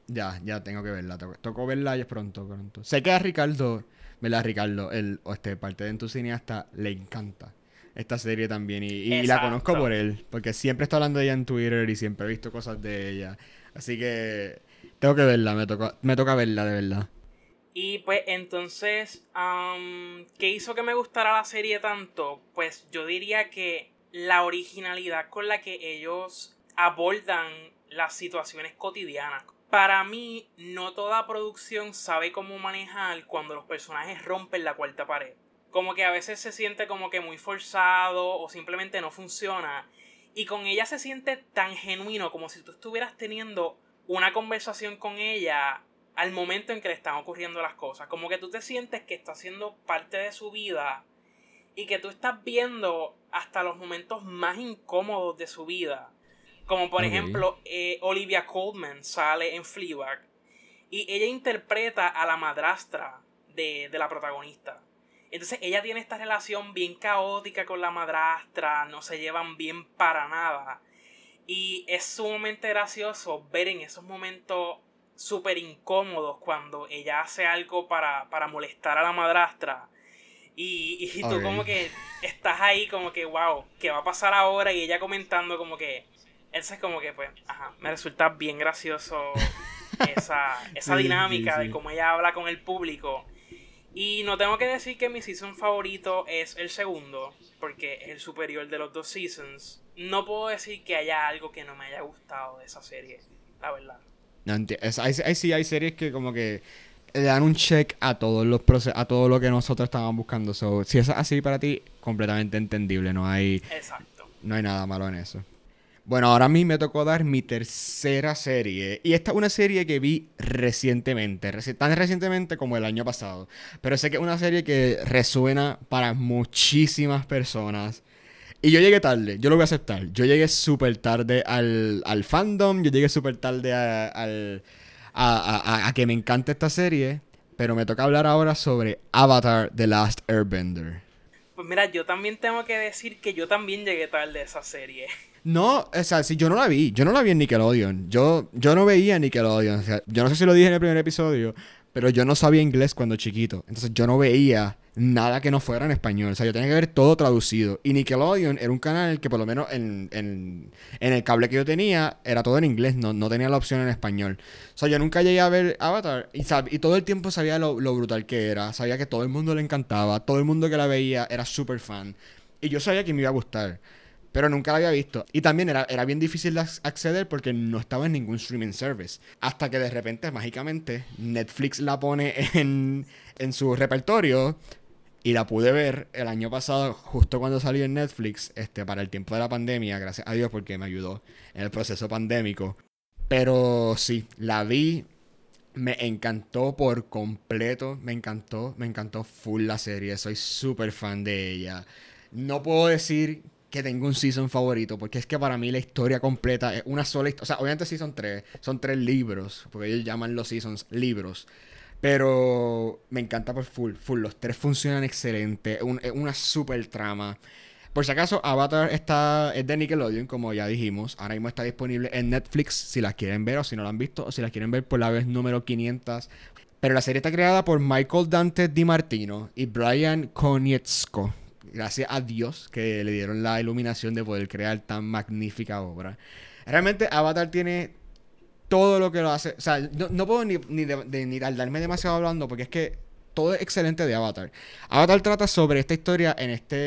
Ya tengo que verla. Toco verla y es pronto, pronto. Sé que a Ricardo, ¿verdad? Ricardo, parte de tu cineasta, le encanta esta serie también. Y la conozco por Exacto. él, porque siempre está hablando de ella en Twitter y siempre he visto cosas de ella. Así que tengo que verla, me toca verla de verdad. Y pues entonces, ¿qué hizo que me gustara la serie tanto? Pues yo diría que la originalidad con la que ellos abordan las situaciones cotidianas. Para mí, no toda producción sabe cómo manejar cuando los personajes rompen la cuarta pared. Como que a veces se siente como que muy forzado o simplemente no funciona. Y con ella se siente tan genuino como si tú estuvieras teniendo una conversación con ella al momento en que le están ocurriendo las cosas. Como que tú te sientes que está siendo parte de su vida y que tú estás viendo hasta los momentos más incómodos de su vida. Como por Ok. ejemplo, Olivia Colman sale en Fleabag y ella interpreta a la madrastra de la protagonista. Entonces ella tiene esta relación bien caótica con la madrastra, no se llevan bien para nada. Y es sumamente gracioso ver en esos momentos súper incómodos cuando ella hace algo para molestar a la madrastra. Y tú como Ok. que estás ahí como que, wow, ¿qué va a pasar ahora? Y ella comentando como que, eso es como que, pues, ajá, me resulta bien gracioso esa Sí, sí, dinámica de sí. cómo ella habla con el público. Y no tengo que decir que mi season favorito es el segundo, porque es el superior de los dos seasons. No puedo decir que haya algo que no me haya gustado de esa serie, la verdad. No, sí hay series que como que le dan un check a todos los a todo lo que nosotros estábamos buscando. So, si es así para ti, completamente entendible. Exacto. No hay nada malo en eso. Bueno, ahora a mí me tocó dar mi tercera serie. Y esta es una serie que vi recientemente. Tan recientemente como el año pasado. Pero sé que es una serie que resuena para muchísimas personas. Y yo llegué tarde, yo lo voy a aceptar. Yo llegué súper tarde al fandom, yo llegué súper tarde a que me encante esta serie. Pero me toca hablar ahora sobre Avatar The Last Airbender. Pues mira, yo también tengo que decir que yo también llegué tarde a esa serie. No, o sea, si yo no la vi, yo no la vi en Nickelodeon. Yo no veía Nickelodeon. O sea, yo no sé si lo dije en el primer episodio, pero yo no sabía inglés cuando chiquito. Entonces yo no veía nada que no fuera en español. O sea, yo tenía que ver todo traducido. Y Nickelodeon era un canal que por lo menos en el cable que yo tenía era todo en inglés, no tenía la opción en español. O sea, yo nunca llegué a ver Avatar y todo el tiempo sabía lo brutal que era. Sabía que todo el mundo le encantaba, todo el mundo que la veía era súper fan. Y yo sabía que me iba a gustar. Pero nunca la había visto. Y también era bien difícil de acceder porque no estaba en ningún streaming service. Hasta que de repente, mágicamente, Netflix la pone en su repertorio. Y la pude ver el año pasado, justo cuando salió en Netflix, para el tiempo de la pandemia, gracias a Dios, porque me ayudó en el proceso pandémico. Pero sí, la vi, me encantó por completo, me encantó full la serie, soy súper fan de ella. No puedo decir que tengo un season favorito, porque es que para mí la historia completa es una sola historia. O sea, obviamente sí son tres libros, porque ellos llaman los seasons libros. Pero me encanta por full, los tres funcionan excelente, es una super trama. Por si acaso, Avatar es de Nickelodeon, como ya dijimos. Ahora mismo está disponible en Netflix si las quieren ver o si no la han visto o si la quieren ver por la vez número 500. Pero la serie está creada por Michael Dante DiMartino y Brian Konietzko. Gracias a Dios que le dieron la iluminación de poder crear tan magnífica obra. Realmente Avatar tiene todo lo que lo hace. O sea, no puedo ni tardarme demasiado hablando porque es que todo es excelente de Avatar. Avatar trata sobre esta historia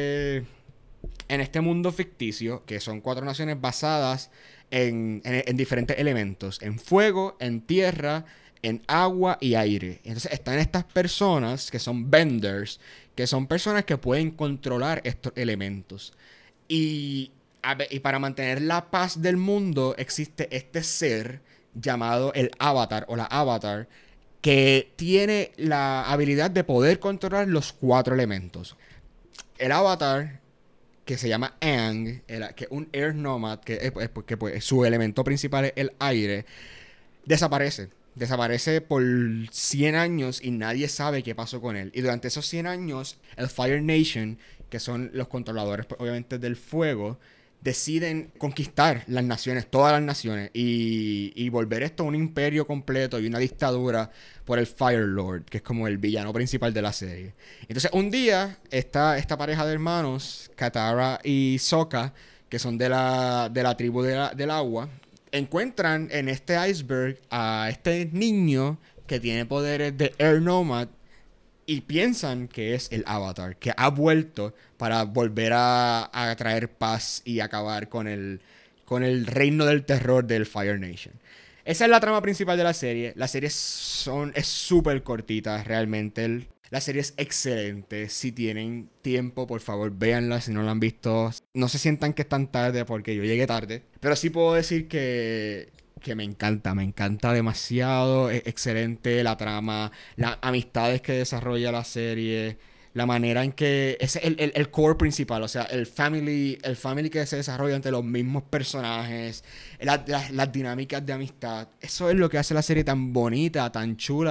en este mundo ficticio, que son cuatro naciones basadas en diferentes elementos, en fuego, en tierra, en agua y aire. Entonces están estas personas que son benders, que son personas que pueden controlar estos elementos. Y, y para mantener la paz del mundo existe este ser llamado el Avatar o la Avatar, que tiene la habilidad de poder controlar los cuatro elementos. El Avatar que se llama Aang, que es un Air Nomad, que pues, su elemento principal es el aire, desaparece. Desaparece por 100 años y nadie sabe qué pasó con él. Y durante esos 100 años, el Fire Nation, que son los controladores, pues, obviamente, del fuego, deciden conquistar las naciones, todas las naciones, y volver esto un imperio completo y una dictadura por el Fire Lord, que es como el villano principal de la serie. Entonces, un día, esta pareja de hermanos, Katara y Sokka, que son de la tribu del agua, encuentran en este iceberg a este niño que tiene poderes de Air Nomad y piensan que es el Avatar, que ha vuelto para volver a traer paz y acabar con el reino del terror del Fire Nation. Esa es la trama principal de la serie. La serie es súper cortita, realmente. La serie es excelente. Si tienen tiempo, por favor, véanla. Si no la han visto, no se sientan que están tarde porque yo llegué tarde. Pero sí puedo decir que me encanta demasiado. Es excelente la trama, las amistades que desarrolla la serie, la manera en que ese es el core principal, o sea, el family que se desarrolla entre los mismos personajes, las dinámicas de amistad. Eso es lo que hace la serie tan bonita, tan chula,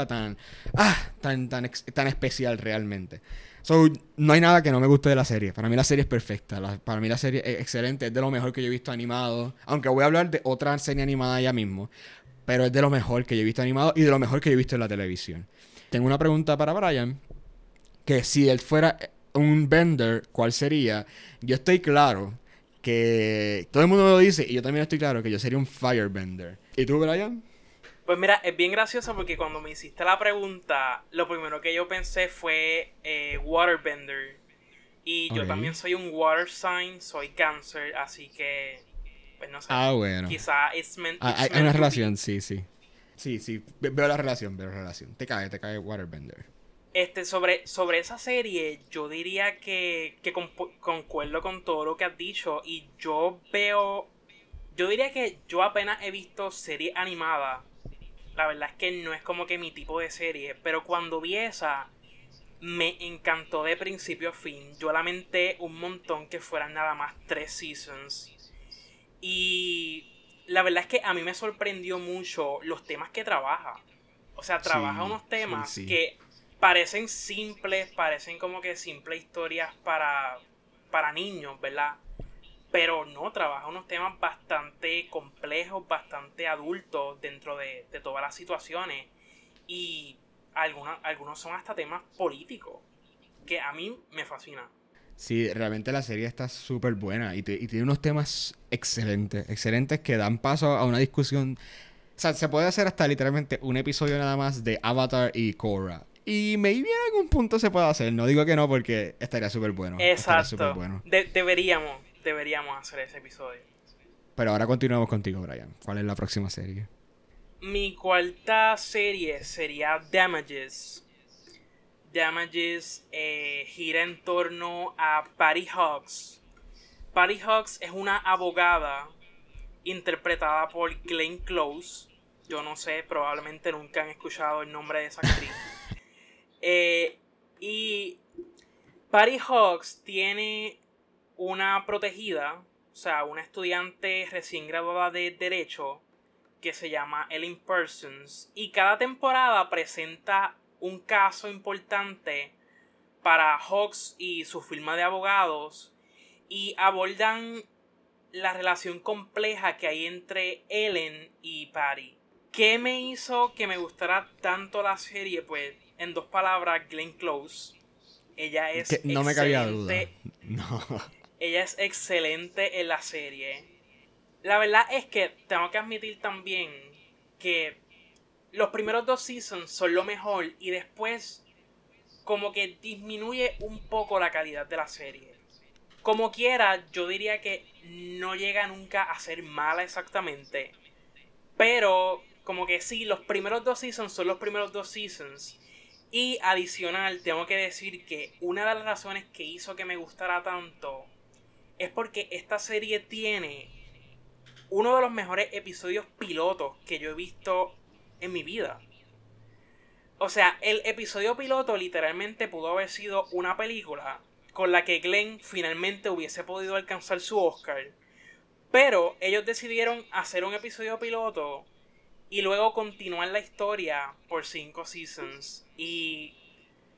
tan especial realmente. So, no hay nada que no me guste de la serie. Para mí la serie es perfecta. Para mí la serie es excelente. Es de lo mejor que yo he visto animado. Aunque voy a hablar de otra serie animada ya mismo. Pero es de lo mejor que yo he visto animado y de lo mejor que yo he visto en la televisión. Tengo una pregunta para Brian. Que si él fuera un bender, ¿cuál sería? Yo estoy claro que... Todo el mundo me lo dice y yo también estoy claro que yo sería un firebender. ¿Y tú, Brian? Pues mira, es bien gracioso porque cuando me hiciste la pregunta, lo primero que yo pensé fue Waterbender. Y yo también Ok. soy un Water Sign, soy Cáncer, así que, pues no sé, Bueno. quizá it's Hay una meant to be. relación, sí, sí. Sí, sí. Veo la relación, veo la relación. Te cae waterbender. Sobre esa serie, yo diría que concuerdo con todo lo que has dicho. Y yo diría que yo apenas he visto series animadas. La verdad es que no es como que mi tipo de serie. Pero cuando vi esa, me encantó de principio a fin. Yo lamenté un montón que fueran nada más 3 seasons. Y la verdad es que a mí me sorprendió mucho los temas que trabaja. O sea, trabaja Sí, unos sí, temas sí. que parecen simples, parecen como que simples historias para niños, ¿verdad? Pero no, trabaja unos temas bastante complejos, bastante adultos dentro de todas las situaciones. Y algunos son hasta temas políticos, que a mí me fascinan. Sí, realmente la serie está súper buena y tiene unos temas excelentes, excelentes que dan paso a una discusión. O sea, se puede hacer hasta literalmente un episodio nada más de Avatar y Korra. Y maybe en algún punto se puede hacer. No digo que no porque estaría súper bueno. Estaría súper Exacto. bueno. Deberíamos hacer ese episodio. Pero ahora continuamos contigo, Brian. ¿Cuál es la próxima serie? Mi cuarta serie sería Damages. Damages gira en torno a Patty Hawks. Patty Hawks es una abogada interpretada por Glenn Close. Yo no sé, probablemente nunca han escuchado el nombre de esa actriz. Y Patty Hawks tiene una protegida, o sea, una estudiante recién graduada de Derecho que se llama Ellen Parsons. Y cada temporada presenta un caso importante para Hawks y su firma de abogados y abordan la relación compleja que hay entre Ellen y Patty. ¿Qué me hizo que me gustara tanto la serie? Pues, en dos palabras, Glenn Close. Ella Que es no me cabía duda. excelente. No. Ella es excelente en la serie. La verdad es que tengo que admitir también que los primeros 2 seasons son lo mejor y después como que disminuye un poco la calidad de la serie. Como quiera, yo diría que no llega nunca a ser mala exactamente. Pero como que sí, los primeros 2 seasons son los primeros 2 seasons. Y adicional, tengo que decir que una de las razones que hizo que me gustara tanto es porque esta serie tiene uno de los mejores episodios pilotos que yo he visto en mi vida. O sea, el episodio piloto literalmente pudo haber sido una película con la que Glenn finalmente hubiese podido alcanzar su Oscar. Pero ellos decidieron hacer un episodio piloto y luego continuar la historia por 5 seasons. Y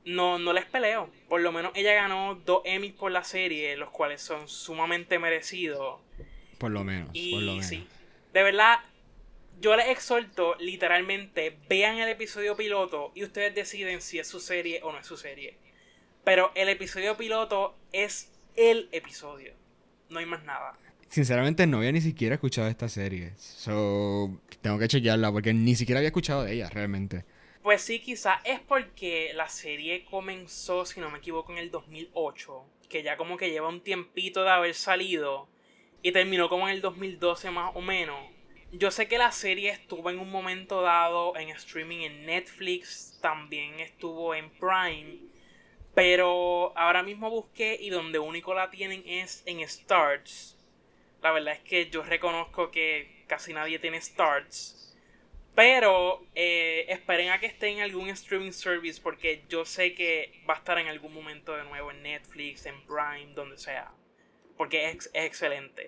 no les peleo. Por lo menos ella ganó 2 Emmys por la serie, los cuales son sumamente merecidos. Por lo menos, por lo Y menos. sí, de verdad, yo les exhorto, literalmente, vean el episodio piloto y ustedes deciden si es su serie o no es su serie. Pero el episodio piloto es el episodio. No hay más nada. Sinceramente no había ni siquiera escuchado esta serie. So, tengo que chequearla porque ni siquiera había escuchado de ella realmente. Pues sí, quizás es porque la serie comenzó, si no me equivoco, en el 2008. Que ya como que lleva un tiempito de haber salido. Y terminó como en el 2012 más o menos. Yo sé que la serie estuvo en un momento dado en streaming en Netflix. También estuvo en Prime. Pero ahora mismo busqué y donde único la tienen es en Starz. La verdad es que yo reconozco que casi nadie tiene Starz. Pero esperen a que esté en algún streaming service porque yo sé que va a estar en algún momento de nuevo en Netflix, en Prime, donde sea. Porque es excelente.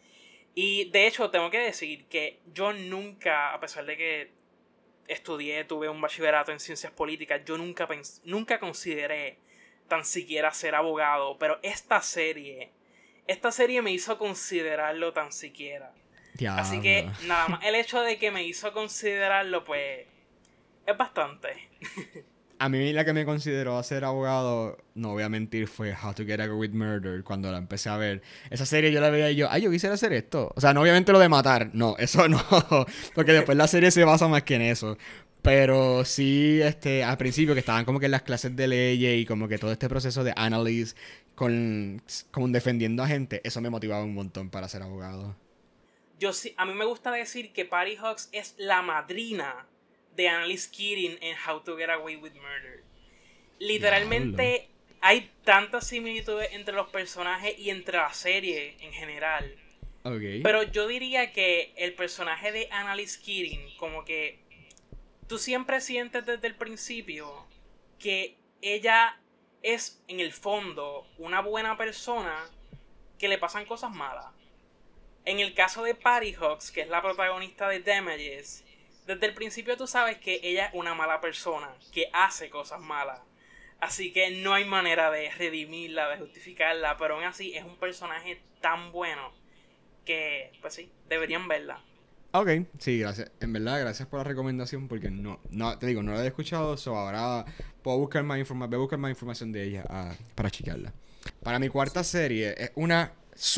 Y de hecho tengo que decir que yo nunca, a pesar de que estudié, tuve un bachillerato en ciencias políticas, yo nunca consideré tan siquiera ser abogado. Pero esta serie me hizo considerarlo tan siquiera. Así Diablo. que nada más el hecho de que me hizo considerarlo, pues, es bastante. A mí la que me consideró ser abogado, no voy a mentir, fue How to Get Away with Murder cuando la empecé a ver. Esa serie yo la veía y yo, ay, yo quisiera hacer esto. O sea, no obviamente lo de matar, no, eso no, porque después la serie se basa más que en eso. Pero sí, al principio que estaban como que en las clases de leyes y como que todo este proceso de analysis como defendiendo a gente, eso me motivaba un montón para ser abogado. Yo sí, a mí me gusta decir que Patty Hawks es la madrina de Annalise Keating en How to Get Away with Murder. Diablo. Literalmente hay tantas similitudes entre los personajes y entre la serie en general. Ok. Pero yo diría que el personaje de Annalise Keating, como que tú siempre sientes desde el principio que ella es en el fondo una buena persona que le pasan cosas malas. En el caso de Patty Hawks, que es la protagonista de Damages, desde el principio tú sabes que ella es una mala persona, que hace cosas malas. Así que no hay manera de redimirla, de justificarla, pero aún así es un personaje tan bueno que, pues sí, deberían verla. Ok, sí, gracias. En verdad, gracias por la recomendación porque te digo, no la he escuchado, so ahora puedo buscar voy a buscar más información de ella para chequearla. Para mi cuarta serie es una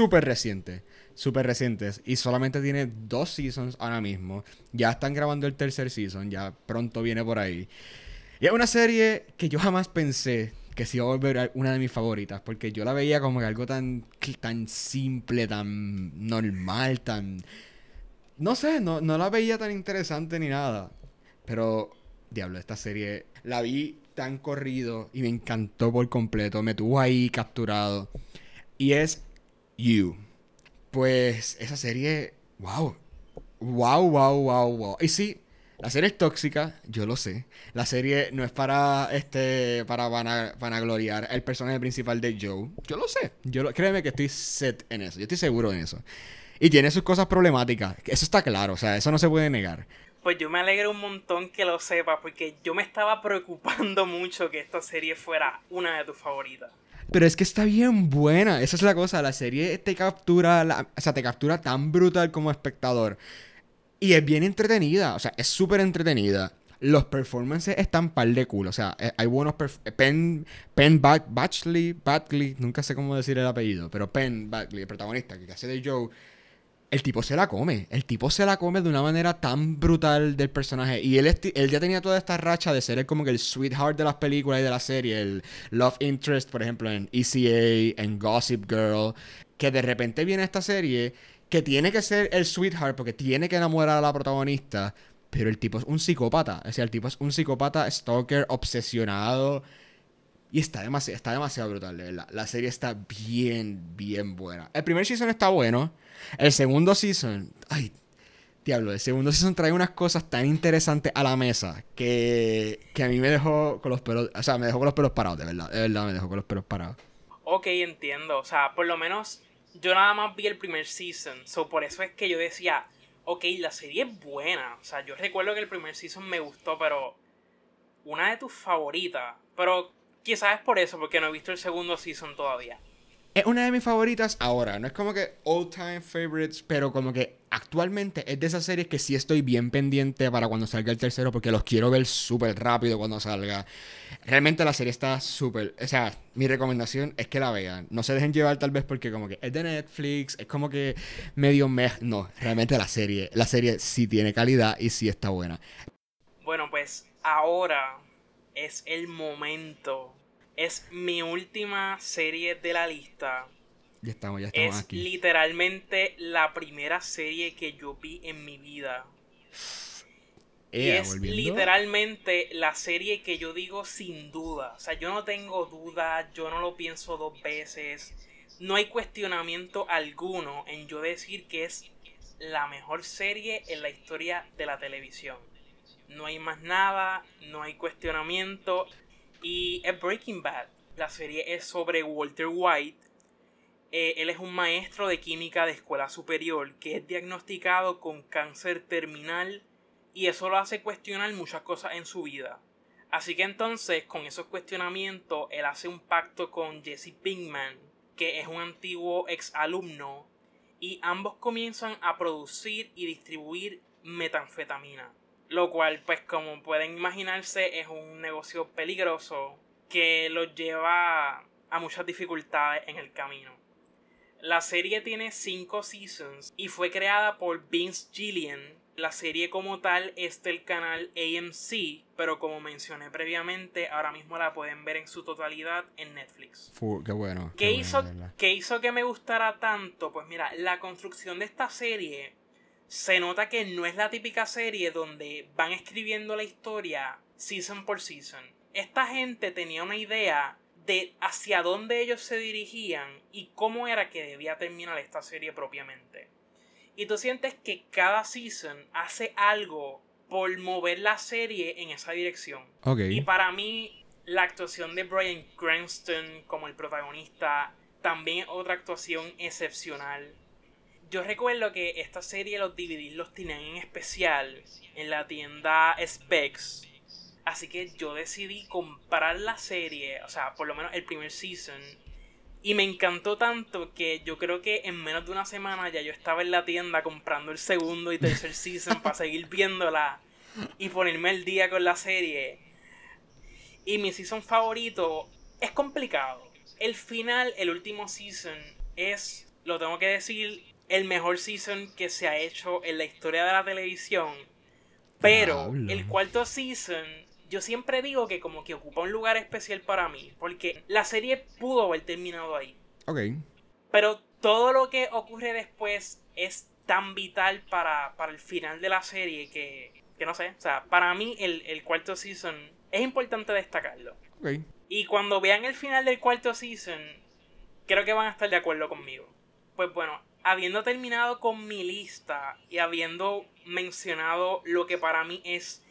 súper reciente y solamente tiene 2 seasons ahora mismo. Ya están grabando el tercer season, ya pronto viene por ahí. Y es una serie que yo jamás pensé que se iba a volver una de mis favoritas porque yo la veía como que algo tan simple, tan normal, tan no sé, no la veía tan interesante ni nada. Pero, diablo, esta serie la vi tan corrido y me encantó por completo. Me tuvo ahí capturado. Y es You. Pues esa serie, wow. Wow, wow, wow, wow. Y sí, la serie es tóxica, yo lo sé. La serie no es para vanagloriar el personaje principal de Joe. Yo lo sé. Créeme que estoy set en eso. Yo estoy seguro en eso. Y tiene sus cosas problemáticas. Eso está claro, o sea, eso no se puede negar. Pues yo me alegro un montón que lo sepas, porque yo me estaba preocupando mucho que esta serie fuera una de tus favoritas. Pero es que está bien buena. Esa es la cosa. La serie te captura, o sea, te captura tan brutal como espectador. Y es bien entretenida. O sea, es súper entretenida. Los performances están par de culo. O sea, hay buenos Batley, nunca sé cómo decir el apellido, pero Penn Batley, el protagonista que hace de Joe, el tipo se la come. El tipo se la come de una manera tan brutal del personaje. Y él ya tenía toda esta racha de ser como que el sweetheart de las películas y de la serie. El love interest, por ejemplo, en ECA, en Gossip Girl. Que de repente viene esta serie que tiene que ser el sweetheart porque tiene que enamorar a la protagonista. Pero el tipo es un psicópata. O sea, el tipo es un psicópata, stalker, obsesionado. Y está demasiado brutal, de verdad. La serie está bien, bien buena. El primer season está bueno. El segundo season, ay, diablo, el segundo season trae unas cosas tan interesantes a la mesa que a mí me dejó con los pelos, o sea, me dejó con los pelos parados, de verdad me dejó con los pelos parados. Ok, entiendo. O sea, por lo menos yo nada más vi el primer season. So, por eso es que yo decía, ok, la serie es buena. O sea, yo recuerdo que el primer season me gustó, pero una de tus favoritas. Pero Quizás es por eso, porque no he visto el segundo season todavía. Es una de mis favoritas ahora. No es como que all time favorites, pero como que actualmente es de esas series que sí estoy bien pendiente para cuando salga el tercero, porque los quiero ver súper rápido cuando salga. Realmente la serie está súper... O sea, mi recomendación es que la vean. No se dejen llevar tal vez porque como que es de Netflix, es como que medio meh. No, realmente la serie sí tiene calidad y sí está buena. Bueno, pues ahora es el momento. Es mi última serie de la lista. Ya estamos Es aquí. literalmente la primera serie que yo vi en mi vida. Y es ¿Volviendo? literalmente la serie que yo digo sin duda. O sea, yo no tengo duda, yo no lo pienso dos veces. No hay cuestionamiento alguno en yo decir que es la mejor serie en la historia de la televisión. No hay más nada, no hay cuestionamiento. Y es Breaking Bad. La serie es sobre Walter White. Él es un maestro de química de escuela superior que es diagnosticado con cáncer terminal y eso lo hace cuestionar muchas cosas en su vida. Así que entonces, con esos cuestionamientos, él hace un pacto con Jesse Pinkman, que es un antiguo ex alumno, y ambos comienzan a producir y distribuir metanfetamina. Lo cual, pues como pueden imaginarse, es un negocio peligroso que los lleva a muchas dificultades en el camino. La serie tiene 5 seasons y fue creada por Vince Gilligan. La serie como tal es del canal AMC, pero como mencioné previamente, ahora mismo la pueden ver en su totalidad en Netflix. Qué bueno. ¿Qué hizo que me gustara tanto? Pues mira, la construcción de esta serie se nota que no es la típica serie donde van escribiendo la historia season por season. Esta gente tenía una idea de hacia dónde ellos se dirigían y cómo era que debía terminar esta serie propiamente. Y tú sientes que cada season hace algo por mover la serie en esa dirección. Okay. Y para mí, la actuación de Bryan Cranston como el protagonista también es otra actuación excepcional. Yo recuerdo que esta serie los DVDs los tenían en especial en la tienda Specs. Así que yo decidí comprar la serie, o sea, por lo menos el primer season. Y me encantó tanto que yo creo que en menos de una semana ya yo estaba en la tienda comprando el segundo y tercer season para seguir viéndola y ponerme al día con la serie. Y mi season favorito es complicado. El final, el último season, es, lo tengo que decir, el mejor season que se ha hecho en la historia de la televisión. Pero el cuarto season, yo siempre digo que como que ocupa un lugar especial para mí, porque la serie pudo haber terminado ahí. Ok. Pero todo lo que ocurre después es tan vital para el final de la serie que no sé, o sea, para mí el cuarto season es importante destacarlo. Ok. Y cuando vean el final del cuarto season, creo que van a estar de acuerdo conmigo. Pues bueno, habiendo terminado con mi lista y habiendo mencionado lo que para mí es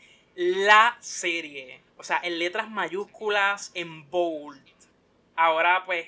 la serie, o sea, en letras mayúsculas, en bold, ahora pues,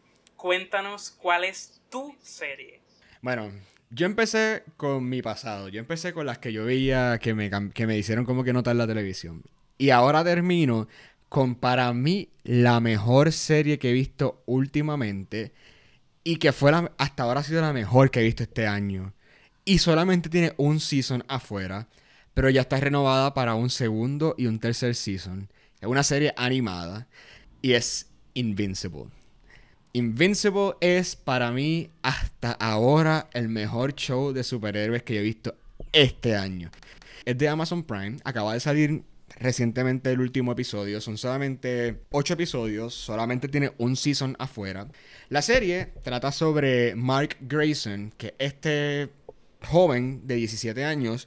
cuéntanos cuál es tu serie. Bueno, yo empecé con mi pasado. Yo empecé con las que yo veía que me hicieron como que notar en la televisión. Y ahora termino con, para mí, la mejor serie que he visto últimamente. Y que fue hasta ahora ha sido la mejor que he visto este año. Y solamente tiene un season afuera. Pero ya está renovada para un segundo y un tercer season. Es una serie animada. Y es Invincible. Invincible es para mí hasta ahora el mejor show de superhéroes que yo he visto este año. Es de Amazon Prime. Acaba de salir recientemente el último episodio. Son solamente 8 episodios. Solamente tiene un season afuera. La serie trata sobre Mark Grayson, que este joven de 17 años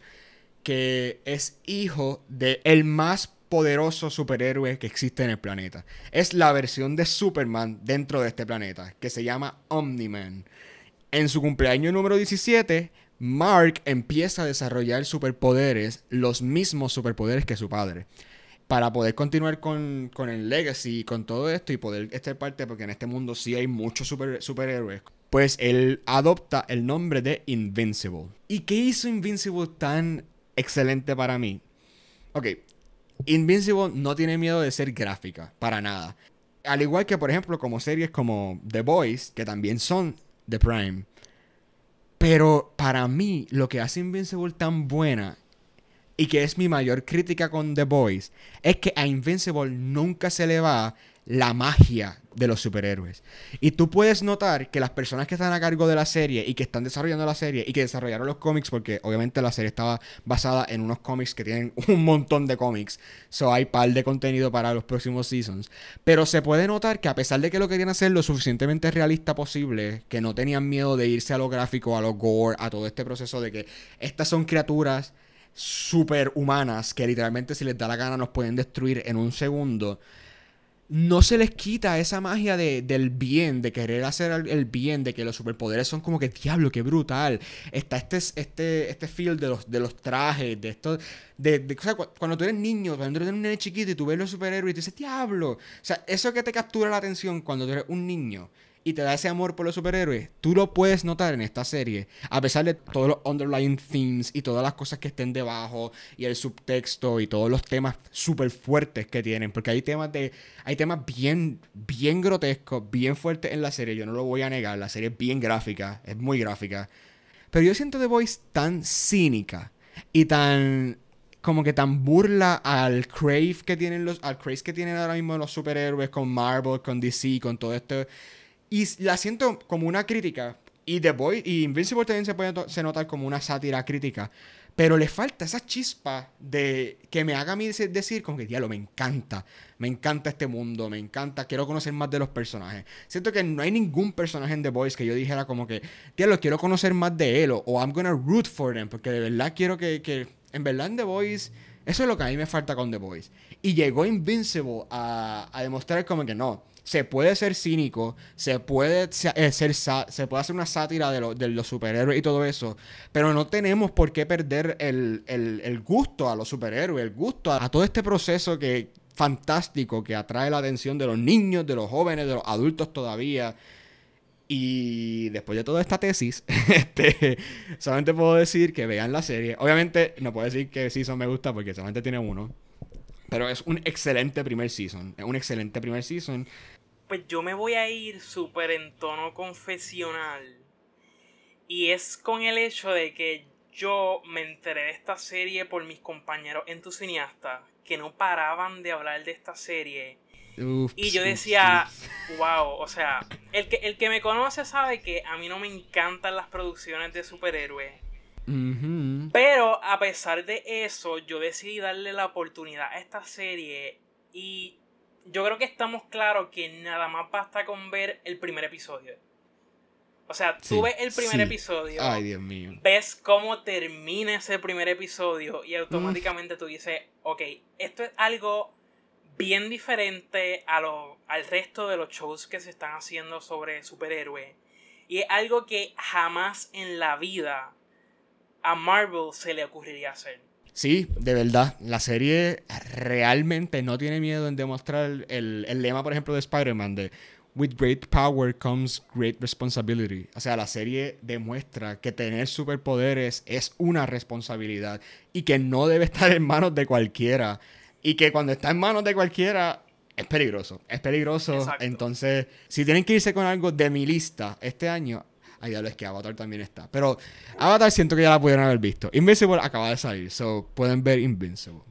que es hijo de el más poderoso superhéroe que existe en el planeta. Es la versión de Superman dentro de este planeta, que se llama Omni-Man. En su cumpleaños número 17, Mark empieza a desarrollar superpoderes, los mismos superpoderes que su padre, para poder continuar con el legacy y con todo esto y poder estar parte, porque en este mundo sí hay muchos superhéroes. Pues él adopta el nombre de Invincible. ¿Y qué hizo Invincible tan excelente para mí? Ok, Invincible no tiene miedo de ser gráfica, para nada. Al igual que, por ejemplo, como series como The Boys, que también son de Prime. Pero para mí, lo que hace Invincible tan buena y que es mi mayor crítica con The Boys, es que a Invincible nunca se le va la magia de los superhéroes. Y tú puedes notar que las personas que están a cargo de la serie y que están desarrollando la serie y que desarrollaron los cómics, porque obviamente la serie estaba basada en unos cómics que tienen un montón de cómics, so hay par de contenido para los próximos seasons, pero se puede notar que a pesar de que lo querían hacer lo suficientemente realista posible, que no tenían miedo de irse a lo gráfico, a lo gore, a todo este proceso de que estas son criaturas super humanas que literalmente si les da la gana nos pueden destruir en un segundo, no se les quita esa magia del bien, de querer hacer el bien, de que los superpoderes son como que diablo, qué brutal. Está este feel de los trajes, de esto, o sea, cuando tú eres niño, cuando tú eres un nene chiquito y tú ves los superhéroes y tú dices, diablo. O sea, eso que te captura la atención cuando tú eres un niño y te da ese amor por los superhéroes, tú lo puedes notar en esta serie, a pesar de todos los underlying themes y todas las cosas que estén debajo y el subtexto y todos los temas súper fuertes que tienen, porque hay temas bien grotescos, bien fuertes en la serie, yo no lo voy a negar, la serie es bien gráfica, es muy gráfica, pero yo siento The Voice tan cínica y tan como que tan burla al craze que tienen ahora mismo los superhéroes con Marvel, con DC, con todo esto. Y la siento como una crítica. Y The Boy y Invincible también se nota como una sátira crítica. Pero le falta esa chispa de que me haga a mí decir como que, diablo, me encanta. Me encanta este mundo, me encanta. Quiero conocer más de los personajes. Siento que no hay ningún personaje en The Boys que yo dijera como que, diablo, quiero conocer más de él. O I'm gonna root for them. Porque de verdad quiero que en verdad en The Boys, eso es lo que a mí me falta con The Boys. Y llegó Invincible a demostrar como que no. Se puede ser cínico, se puede se puede hacer una sátira de los superhéroes y todo eso, pero no tenemos por qué perder el gusto a los superhéroes, el gusto a todo este proceso que fantástico que atrae la atención de los niños, de los jóvenes, de los adultos todavía. Y después de toda esta tesis, solamente puedo decir que vean la serie. Obviamente no puedo decir que season me gusta porque solamente tiene uno. Pero es un excelente primer season. Es un excelente primer season. Pues yo me voy a ir súper en tono confesional. Y es con el hecho de que yo me enteré de esta serie por mis compañeros entusiastas que no paraban de hablar de esta serie. Y yo decía, wow, o sea, el que me conoce sabe que a mí no me encantan las producciones de superhéroes. Uh-huh. Pero a pesar de eso, yo decidí darle la oportunidad a esta serie y yo creo que estamos claros que nada más basta con ver el primer episodio. O sea, tú ves el primer episodio, ay, Dios mío, ves cómo termina ese primer episodio y automáticamente tú dices, ok, esto es algo bien diferente al resto de los shows que se están haciendo sobre superhéroes. Y es algo que jamás en la vida a Marvel se le ocurriría hacer. Sí, de verdad, la serie realmente no tiene miedo en demostrar el lema, por ejemplo, de Spider-Man de With great power comes great responsibility. O sea, la serie demuestra que tener superpoderes es una responsabilidad y que no debe estar en manos de cualquiera. Y que cuando está en manos de cualquiera es peligroso. Es peligroso. Exacto. Entonces, si tienen que irse con algo de mi lista este año, ay, diablo, es que Avatar también está. Pero Avatar siento que ya la pudieron haber visto. Invincible acaba de salir, so pueden ver Invincible.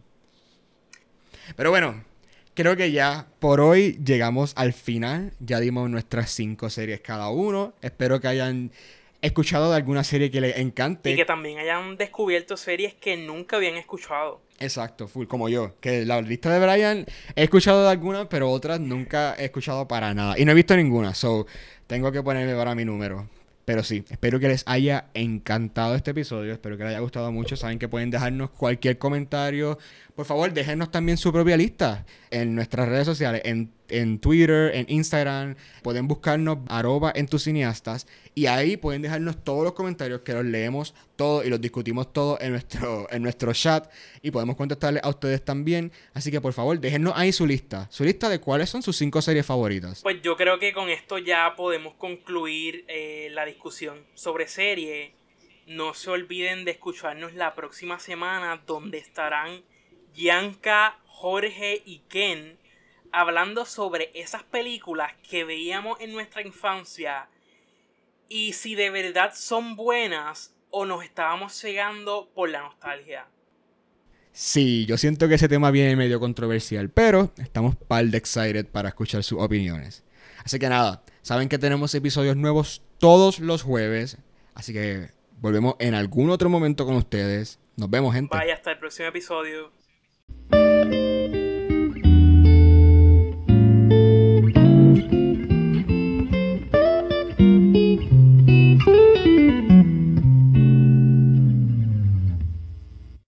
Pero bueno, creo que ya por hoy llegamos al final. Ya dimos nuestras 5 series cada uno. Espero que hayan escuchado de alguna serie que les encante. Y que también hayan descubierto series que nunca habían escuchado. Exacto, full, como yo. Que la lista de Brian he escuchado de algunas, pero otras nunca he escuchado para nada. Y no he visto ninguna, so tengo que ponerme para mi número. Pero sí, espero que les haya encantado este episodio. Espero que les haya gustado mucho. Saben que pueden dejarnos cualquier comentario. Por favor, déjenos también su propia lista en nuestras redes sociales. En Twitter, en Instagram. Pueden buscarnos @entusiastas. Y ahí pueden dejarnos todos los comentarios que los leemos todos y los discutimos todos en nuestro chat. Y podemos contestarles a ustedes también. Así que por favor, déjennos ahí su lista. Su lista de cuáles son sus 5 series favoritas. Pues yo creo que con esto ya podemos concluir la discusión sobre serie. No se olviden de escucharnos la próxima semana, donde estarán Bianca, Jorge y Ken hablando sobre esas películas que veíamos en nuestra infancia y si de verdad son buenas o nos estábamos cegando por la nostalgia. Sí, yo siento que ese tema viene medio controversial, pero estamos par de excited para escuchar sus opiniones. Así que nada, saben que tenemos episodios nuevos todos los jueves, así que volvemos en algún otro momento con ustedes. Nos vemos, gente. Vaya, hasta el próximo episodio.